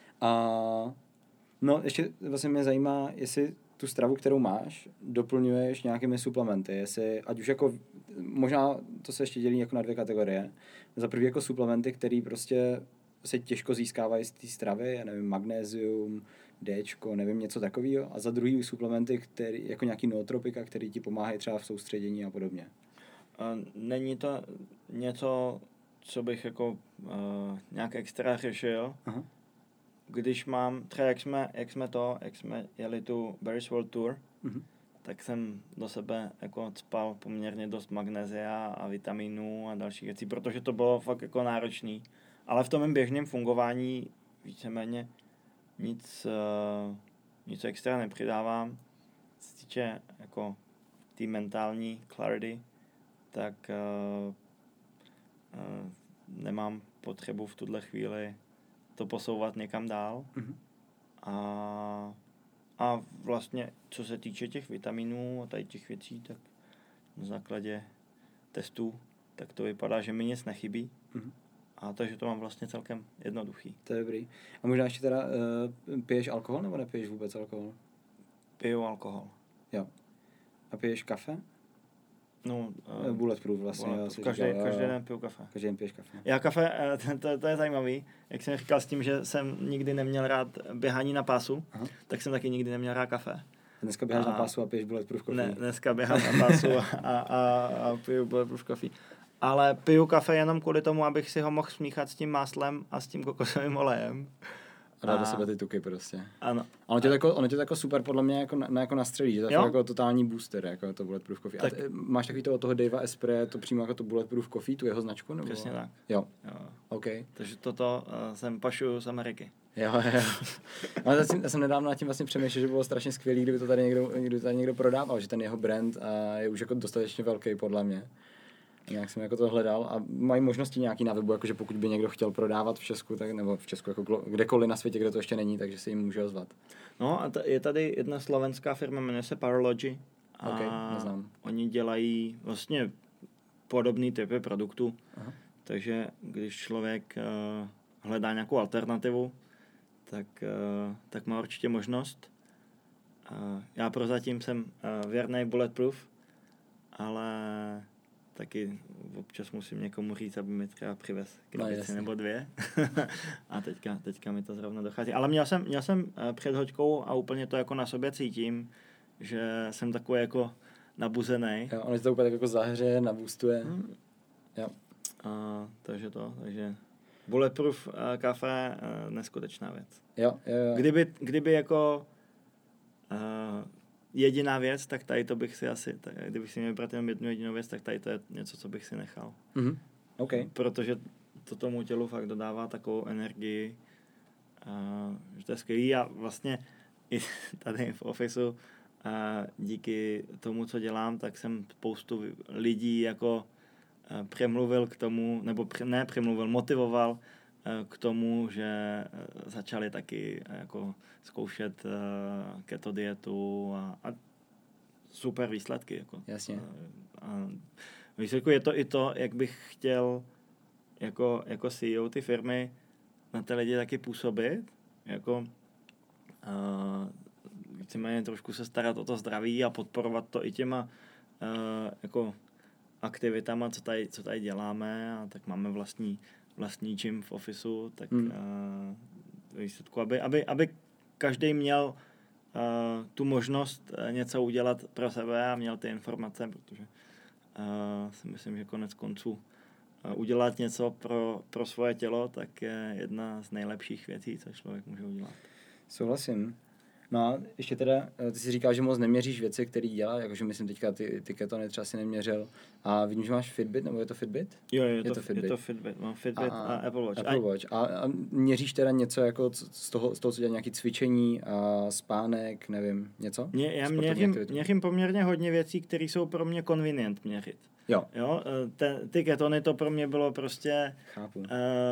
A no, ještě vlastně mě zajímá, jestli tu stravu, kterou máš, doplňuješ nějakými suplementy, jestli, ať už jako, možná to se ještě dělí jako na dvě kategorie. Za první jako suplementy, které prostě se těžko získávají z té stravy, já nevím, magnézium, Dčko, nevím, něco takového. A za druhý suplementy, který, jako nějaký nootropika, který ti pomáhají třeba v soustředění a podobně. Není to něco, co bych jako uh, nějak extra řešil. Aha. Když mám, třeba jak jsme, jak jsme to, jak jsme jeli tu Barry's World Tour, Uh-huh. tak jsem do sebe jako cpal poměrně dost magnézia a vitaminů a dalších věcí, protože to bylo fakt jako náročný. Ale v tom mém běžném fungování víceméně nic, uh, nic extra nepřidávám. Co se týče jako té mentální clarity, tak uh, uh, nemám potřebu v tuhle chvíli to posouvat někam dál. Uh-huh. A, a vlastně, co se týče těch vitaminů a tady těch věcí, tak na základě testů, tak to vypadá, že mi nic nechybí. Uh-huh. A takže to mám vlastně celkem jednoduchý. To je dobrý. A možná ještě teda uh, piješ alkohol nebo nepiješ vůbec alkohol? Piju alkohol. Jo. A piješ kafe? No, Uh, bulletproof vlastně. bulletproof. Já Každý, říkal, každý jo. den piju kafe. Každý den piješ kafe. Já kafe, to, to, to je zajímavý, jak jsem říkal s tím, že jsem nikdy neměl rád běhání na pásu, Aha. tak jsem taky nikdy neměl rád kafe. Dneska běháš a... na pásu a piješ bulletproof coffee. Ne, dneska běhám na pásu a, a, a piju bulletproof coffee. Ale piju kafe jenom kvůli tomu, abych si ho mohl smíchat s tím máslem a s tím kokosovým olejem. A dát do sebe ty tuky prostě. Ano. A ono tě, tako, ono tě tako super podle mě jako, na, jako nastřelí, že to je Jo? jako totální booster, jako to bulletproof coffee. Tak. A t- máš takový to od toho Davea Espre, to přímo jako to bulletproof coffee, tu jeho značku? Nebo? Přesně tak. Jo. jo. OK. Takže toto uh, jsem pašuju z Ameriky. Jo, jo. Ale já jsem, já jsem nedávno nad tím vlastně přemýšlel, že bylo strašně skvělý, kdyby to tady někdo, kdyby to tady někdo prodával, že ten jeho brand a je už jako dostatečně velký podle mě. Nějak jsem jako to hledal a mají možnosti nějaký na webu, jakože pokud by někdo chtěl prodávat v Česku, tak, nebo v Česku jako kdekoliv na světě, kde to ještě není, takže se jim může ozvat. No a t- je tady jedna slovenská firma, jmenuje se Paralogy. A okay, neznám. Oni dělají vlastně podobný typy produktů. Aha. Takže když člověk uh, hledá nějakou alternativu, tak, uh, tak má určitě možnost. Uh, já prozatím jsem uh, věrnej bulletproof, ale taky občas musím někomu říct, aby mi třeba přivez krabici No, nebo dvě. A teďka, teďka mi to zrovna dochází. Ale měl jsem, měl jsem před hoďkou a úplně to jako na sobě cítím, že jsem takový jako nabuzený. Jo, on to úplně tak jako zahře, nabustuje. Hmm. Jo. A, takže to, takže Bulletproof uh, kafe, uh, neskutečná věc. Jo, jo, jo. Kdyby, kdyby jako uh, jediná věc, tak tady to bych si asi, tak, kdybych si měl vybrat jenom jednu jedinou věc, tak tady to je něco, co bych si nechal. Mhm. OK. Protože to tomu tělu fakt dodává takovou energii, uh, že to je skvělý a vlastně i tady v ofisu a díky tomu, co dělám, tak jsem spoustu lidí jako uh, přemluvil k tomu, nebo pře, ne přemluvil, motivoval uh, k tomu, že uh, začali taky uh, jako zkoušet uh, keto dietu a, a super výsledky. Jako. Jasně. Uh, a výsledku je to i to, jak bych chtěl jako, jako C E O ty firmy na ty lidi taky působit, jako uh, víceméně trošku se starat o to zdraví a podporovat to i těma uh, jako aktivitama, co tady, co tady děláme, a tak máme vlastní, vlastní gym v ofisu, tak hmm. uh, výsledku, aby, aby, aby každý měl uh, tu možnost uh, něco udělat pro sebe a měl ty informace, protože uh, si myslím, že konec konců uh, udělat něco pro, pro svoje tělo, tak je jedna z nejlepších věcí, co člověk může udělat. Souhlasím. No a ještě teda, ty si říkal, že moc neměříš věci, které dělá, jakože myslím teďka ty, ty ketony třeba si neměřil. A vidím, že máš Fitbit, nebo je to Fitbit? Jo, je, je to, to Fitbit. Je to Fitbit, mám Fitbit a, a Apple Watch. Apple Watch. A, a měříš teda něco jako z toho, z toho, co dělá nějaký cvičení, a spánek, nevím, něco? Mě, já měřím, měřím poměrně hodně věcí, které jsou pro mě convenient měřit. Jo. Jo, te, ty ketony to pro mě bylo prostě... Chápu. Uh,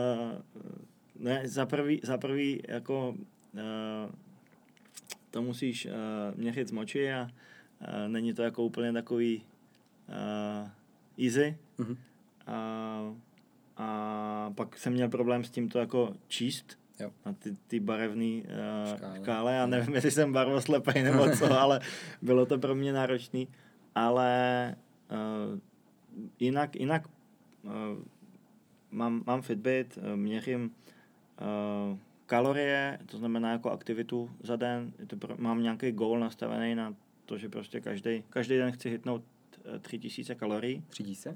ne, za prvý, za prvý jako... Uh, to musíš uh, měřit z moči a uh, není to jako úplně takový uh, easy. Mm-hmm. Uh, a pak jsem měl problém s tím to jako číst. Jo. Na ty, ty barevné uh, škále. škále. Já nevím, jestli jsem barvoslepej nebo co, ale bylo to pro mě náročný. Ale uh, jinak, jinak uh, mám, mám Fitbit, uh, měřím uh, kalorie, to znamená jako aktivitu za den. To pro, mám nějaký goal nastavený na to, že prostě každý, každý den chci hitnout tři tisíce kalorií. Tři tisíce?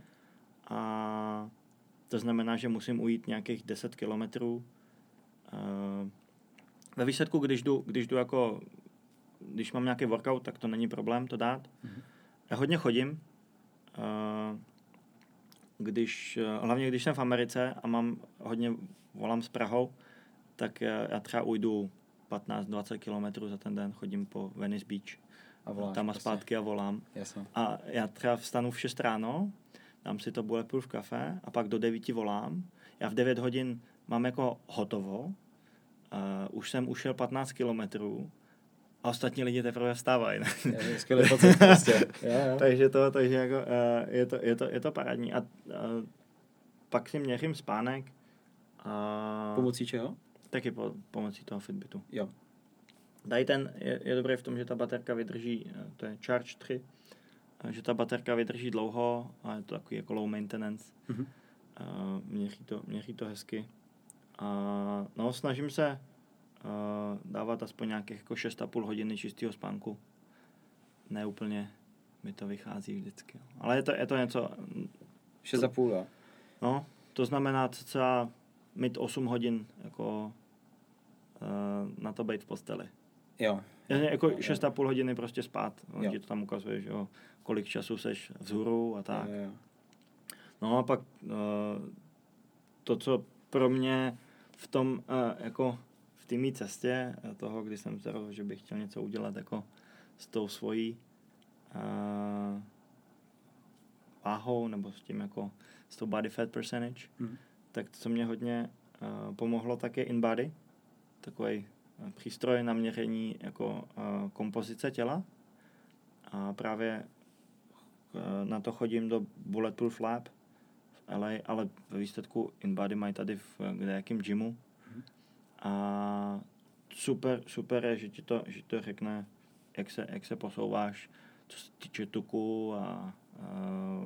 A to znamená, že musím ujít nějakých deset kilometrů. Uh, ve výsledku, když jdu, když jdu jako, když mám nějaký workout, tak to není problém to dát. Mm-hmm. Já hodně chodím. Uh, když, hlavně když jsem v Americe a mám hodně, volám s Prahou, tak já třeba ujdu patnáct dvacet kilometrů za ten den, chodím po Venice Beach. A voláš tam a prostě. zpátky a volám. Jasně. A já třeba vstanu v šest ráno, dám si to Bulletproof kafe a pak do devíti volám. Já v devět hodin mám jako hotovo. Uh, už jsem ušel patnáct kilometrů a ostatní lidi teprve vstávají. Skvělý pocit prostě. Jo, jo. takže to, takže jako, uh, je, to, je, to, je to parádní. A uh, pak si měřím spánek. A pomocí čeho? Taky po, pomocí toho Fitbitu. Jo. Tady ten je, je dobrý v tom, že ta baterka vydrží, to je Charge tři, že ta baterka vydrží dlouho a je to takový jako low maintenance. Mm-hmm. Uh, měří, to, měří to hezky. A no, snažím se uh, dávat aspoň nějakých jako šest a půl hodiny čistého spánku. Ne úplně mi to vychází vždycky. Ale je to, je to něco... šest a půl, jo? No, to znamená cca mít osm hodin jako uh, na to být v posteli. Jo. Jako šest a půl hodiny prostě spát. On jo. ti to tam ukazuje, že jo, kolik času seš vzhůru a tak. Jo, jo. No a pak uh, to, co pro mě v tom, uh, jako v té mý cestě toho, kdy jsem se rozhodl, že bych chtěl něco udělat jako s tou svojí uh, váhou, nebo s tím jako s tou body fat percentage, mm. tak to, co mě hodně uh, pomohlo, tak je InBody, takový uh, přístroj na měření jako uh, kompozice těla. A právě uh, na to chodím do Bulletproof Lab v L A, ale ve výsledku InBody mají tady v kdejakým gymu. Mm. A super, super je, že ti to, že to řekne, jak se, jak se posouváš, co se týče tuku a uh,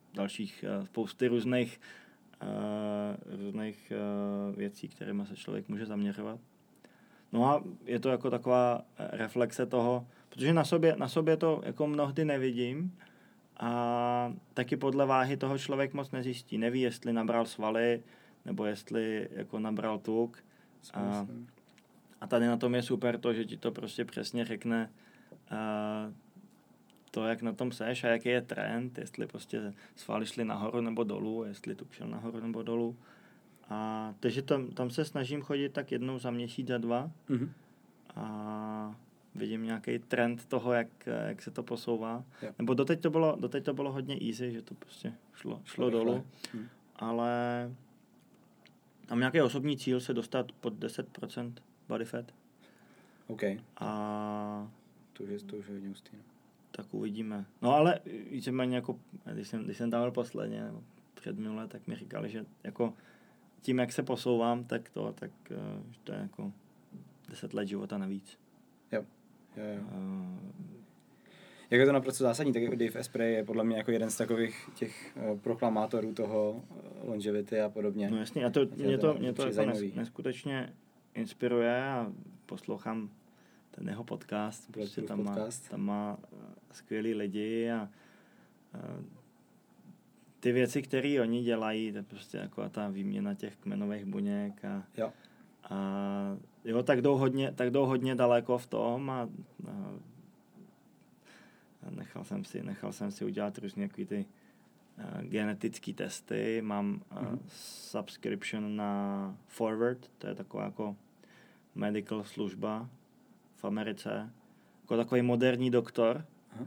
dalších uh, spousty různých, uh, různých uh, věcí, kterými se člověk může zaměřovat. No a je to jako taková reflexe toho, protože na sobě, na sobě to jako mnohdy nevidím a taky podle váhy toho člověk moc nezjistí. Neví, jestli nabral svaly, nebo jestli jako nabral tuk. A, a tady na tom je super to, že ti to prostě přesně řekne uh, to, jak na tom seš a jaký je trend, jestli prostě svaly šly nahoru nebo dolů, jestli tuk šel nahoru nebo dolů. A takže tam, tam se snažím chodit tak jednou za měsíc, za dva mm-hmm. a vidím nějaký trend toho, jak, jak se to posouvá. Jo. Nebo doteď to, bylo, doteď to bylo hodně easy, že to prostě šlo, šlo dolů, hmm. ale mám nějaký osobní cíl se dostat pod deset procent body fat. OK. A to už je, to už je hodně hustý. Tak uvidíme. No ale víceméně jako, když jsem, když jsem tam byl posledně, nebo před minule, tak mi říkali, že jako tím, jak se posouvám, tak to, tak uh, to je jako deset let života navíc. Jo, jo, jo. Uh, jak je to naprosto zásadní, tak Dave Asprey je podle mě jako jeden z takových těch uh, proklamátorů toho uh, longevity a podobně. No jasně, a to, mě to, mě to jako nes, neskutečně inspiruje a poslouchám ten jeho podcast. Prostě tam, podcast. Má, tam má uh, skvělý lidi a uh, ty věci, které oni dělají, to je prostě jako ta výměna těch kmenových buněk a, jo. a jo, tak jdou hodně, tak jdou hodně daleko v tom a, a nechal jsem si, nechal jsem si udělat různě ty uh, genetické testy, mám uh, mm-hmm. subscription na Forward, to je taková jako medical služba v Americe, jako takový moderní doktor.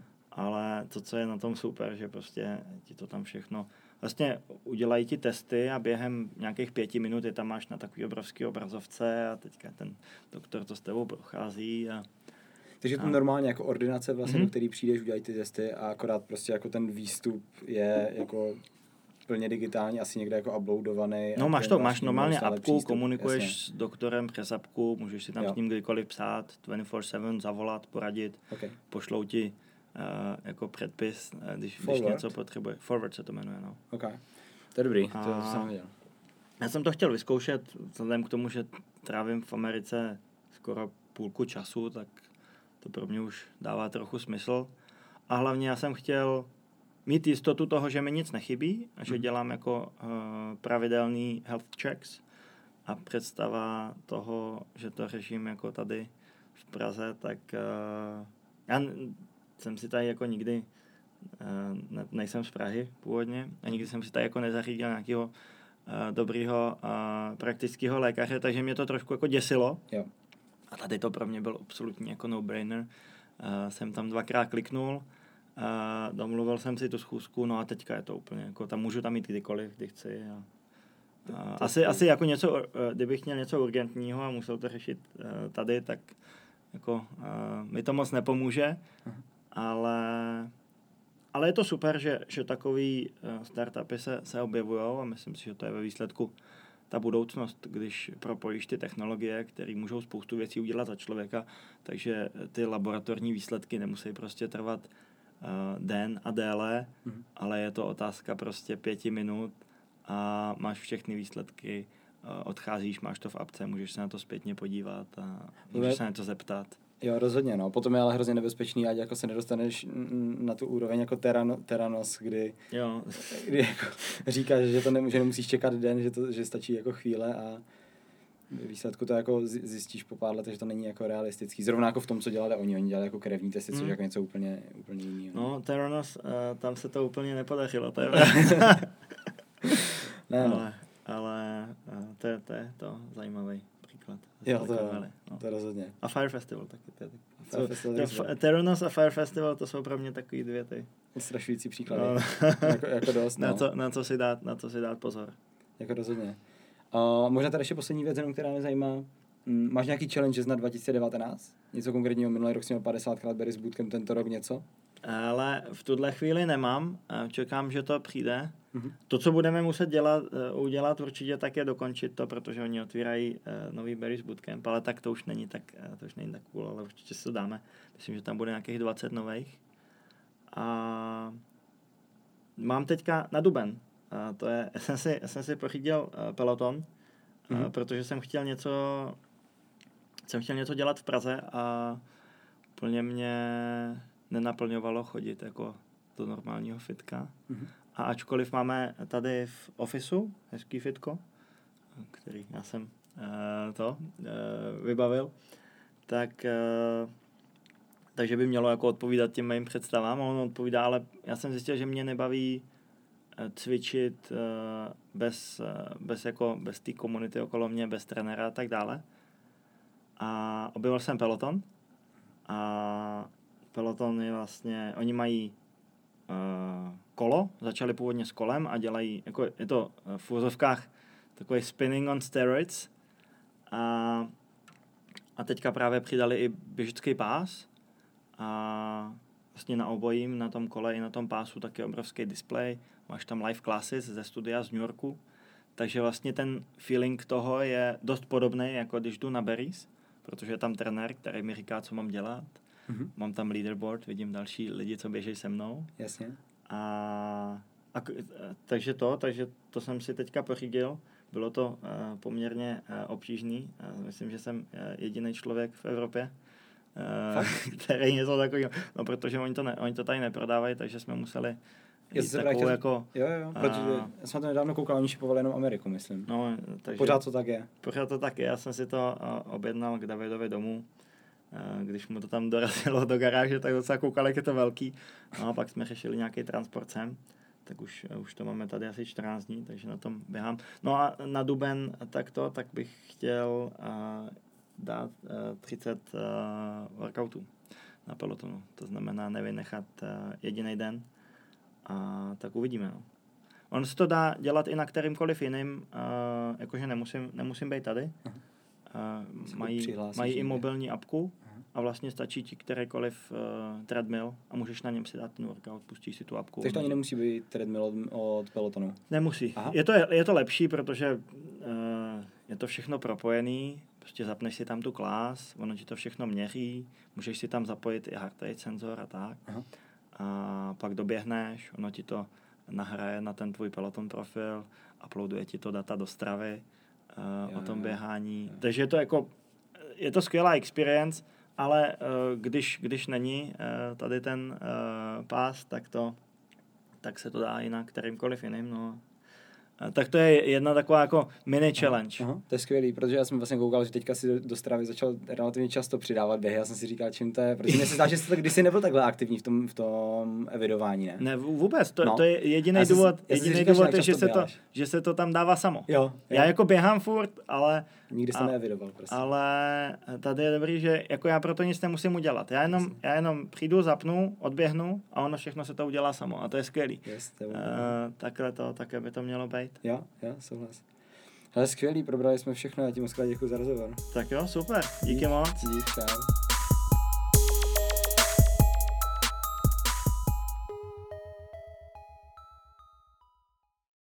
Ale to, co je na tom super, že prostě ti to tam všechno... Vlastně udělají ti testy a během nějakých pěti minut je tam máš na takový obrovský obrazovce a teďka ten doktor to s tebou prochází a... Takže to a... normálně jako ordinace vlastně, mm-hmm. do který přijdeš, udělají ty testy a akorát prostě jako ten výstup je jako plně digitální, asi někde jako uploadovaný. No máš to, máš normálně apku, přístup, komunikuješ jasně. S doktorem přes apku, můžeš si tam jo. s ním kdykoliv psát, dvacet čtyři sedm, zavolat, poradit, okay. Pošlou ti Uh, jako předpis, uh, když, když něco potřebuje. Forward se to jmenuje, no. Ok. To je dobrý, to, to jsem viděl. Já jsem to chtěl vyzkoušet, vzhledem k tomu, že trávím v Americe skoro půlku času, tak to pro mě už dává trochu smysl. A hlavně já jsem chtěl mít jistotu toho, že mi nic nechybí a že mm. dělám jako uh, pravidelný health checks a představa toho, že to řeším jako tady v Praze, tak uh, já jsem si tady jako nikdy, ne, nejsem z Prahy původně, a nikdy jsem si tady jako nezařídil nějakého uh, dobrýho uh, praktického lékaře, takže mě to trošku jako děsilo. Jo. A tady to pro mě byl absolutní jako no-brainer. Uh, jsem tam dvakrát kliknul, uh, domluvil jsem si tu schůzku, no a teďka je to úplně jako, tam můžu tam jít kdykoliv, kdy chci. A, uh, asi, asi jako něco, uh, kdybych měl něco urgentního a musel to řešit uh, tady, tak jako uh, mi to moc nepomůže. Aha. Ale, ale je to super, že, že takový uh, startupy se, se objevujou a myslím si, že to je ve výsledku ta budoucnost, když propojíš ty technologie, které můžou spoustu věcí udělat za člověka, takže ty laboratorní výsledky nemusí prostě trvat uh, den a déle, mm. ale je to otázka prostě pěti minut a máš všechny výsledky, uh, odcházíš, máš to v apce, můžeš se na to zpětně podívat a můžeš se na to zeptat. Jo, rozhodně, no. Potom je ale hrozně nebezpečný, ať jako se nedostaneš na tu úroveň jako terano, Teranos, kdy, jo. kdy jako říkáš, že to nemůže, nemusíš čekat den, že, to, že stačí jako chvíle a v výsledku to jako zjistíš po pár letech, že to není jako realistický. Zrovna jako v tom, co dělali oni. Oni dělali jako krevní testy, což mm. jako něco úplně, úplně jiného. No, Teranos, uh, tam se to úplně nepodařilo, to je ne, no. Ale, ale uh, to, je, to je to zajímavý příklad. Jo, to, no. to rozhodně. A Fire Festival taky. taky. Fire Festival so, Theranos a Fire Festival, to jsou pro mě takový dvě ty. Strašující příklady. No. jako, jako dost, no. na, co, na, co si dát, na co si dát pozor. Jako rozhodně. Uh, možná tady ještě poslední věc, která mě zajímá. Mm, máš nějaký challenge na dva tisíce devatenáct? Něco konkrétního? Minulý rok jsi měl padesátkrát Barry's Bootcamp, tento rok něco? Ale v tuhle chvíli nemám. Čekám, že to přijde. Mm-hmm. To, co budeme muset dělat, udělat určitě, tak je dokončit to, protože oni otvírají uh, nový Barry's Bootcamp, ale tak to už není tak, uh, to už není tak cool, ale určitě si to dáme. Myslím, že tam bude nějakých dvacet nových. A mám teďka na duben. Uh, to je, já jsem si, já jsem si pořídil uh, Peloton, mm-hmm. uh, protože jsem chtěl něco jsem chtěl něco dělat v Praze a úplně mě nenaplňovalo chodit jako do normálního fitka. Mm-hmm. A ačkoliv máme tady v ofisu hezký fitko, který já jsem uh, to uh, vybavil, tak uh, takže by mělo jako odpovídat těm mým představám, a on odpovídá, ale já jsem zjistil, že mě nebaví uh, cvičit uh, bez, uh, bez, jako, bez té komunity okolo mě, bez trenéra a tak dále. A objevil jsem Peloton a Peloton je vlastně, oni mají uh, kolo, začali původně s kolem a dělají, jako je to v úzovkách takový spinning on steroids a, a teďka právě přidali i běžický pás a vlastně na obojím, na tom kole i na tom pásu taky obrovský display, máš tam live classes ze studia z New Yorku, takže vlastně ten feeling toho je dost podobný, jako když jdu na Berries, protože je tam trenér, který mi říká, co mám dělat. Mm-hmm. Mám tam leaderboard, vidím další lidi, co běží se mnou. Jasně. A, a takže to, takže to jsem si teďka pořídil. Bylo to uh, poměrně uh, obtížný. Uh, myslím, že jsem uh, jediný člověk v Evropě, uh, který něco takového. No, protože oni to, ne, oni to tady neprodávají, takže jsme museli jít takovou chtěl... jako... Jo, jo, protože a... já jsem to nedávno koukal, oni šipovali jenom Ameriku, myslím. No, takže... Pořád to tak je. Pořád to tak je. Já jsem si to uh, objednal k Davidovi domů. Když mu to tam dorazilo do garáže, tak docela koukal, jak je to velký. No a pak jsme řešili nějaký transport sem, tak už, už to máme tady asi čtrnáct dní, takže na tom běhám. No a na duben takto, tak bych chtěl uh, dát uh, třicet uh, workoutů na Pelotonu. To znamená nevynechat uh, jediný den a tak uvidíme. No. On se to dá dělat i na kterýmkoliv jiným, uh, jakože nemusím, nemusím být tady. Uh, mají mají i mobilní apku a vlastně stačí ti kterýkoliv uh, treadmill a můžeš na něm si dát ten workout, pustíš si tu apku. Takže to ani nemusí být treadmill od, od Pelotonu? Nemusí. Je to, je to lepší, protože uh, je to všechno propojený, prostě zapneš si tam tu klás, ono ti to všechno měří, můžeš si tam zapojit i heart rate senzor a tak. Aha. A pak doběhneš, ono ti to nahraje na ten tvůj Peloton profil, uploaduje ti to data do Stravy, Uh, o tom běhání. Jo. Takže je to jako, je to skvělá experience, ale uh, když, když není uh, tady ten uh, pás, tak to, tak se to dá i na kterýmkoliv jiným, no. Uh, tak to je jedna taková jako mini challenge. Aha, to je skvělý, protože já jsem vlastně koukal, že teďka si do, do Stravy začal relativně často přidávat běhy, já jsem si říkal, čím to je, protože mi se zdá, že jsi to kdysi nebyl takhle aktivní v tom, v tom evidování, ne? Ne, vůbec, to, no. to je jediný důvod, jediný důvod je, že se, to, že se to tam dává samo. Jo, jo. Já jako běhám furt, ale... Nikdy jsem neevidoval, prostě. Ale tady je dobrý, že jako já proto nic nemusím udělat. Já jenom, já jenom přijdu, zapnu, odběhnu a ono všechno se to udělá samo a to je skvělý. Yes, to je uh, takhle to, také by to mělo být. Jo, jo, souhlas. Ale skvělý, probrali jsme všechno, já ti moc krát děkuji za rozhovor. Tak jo, super, díky moc. Díky, čau.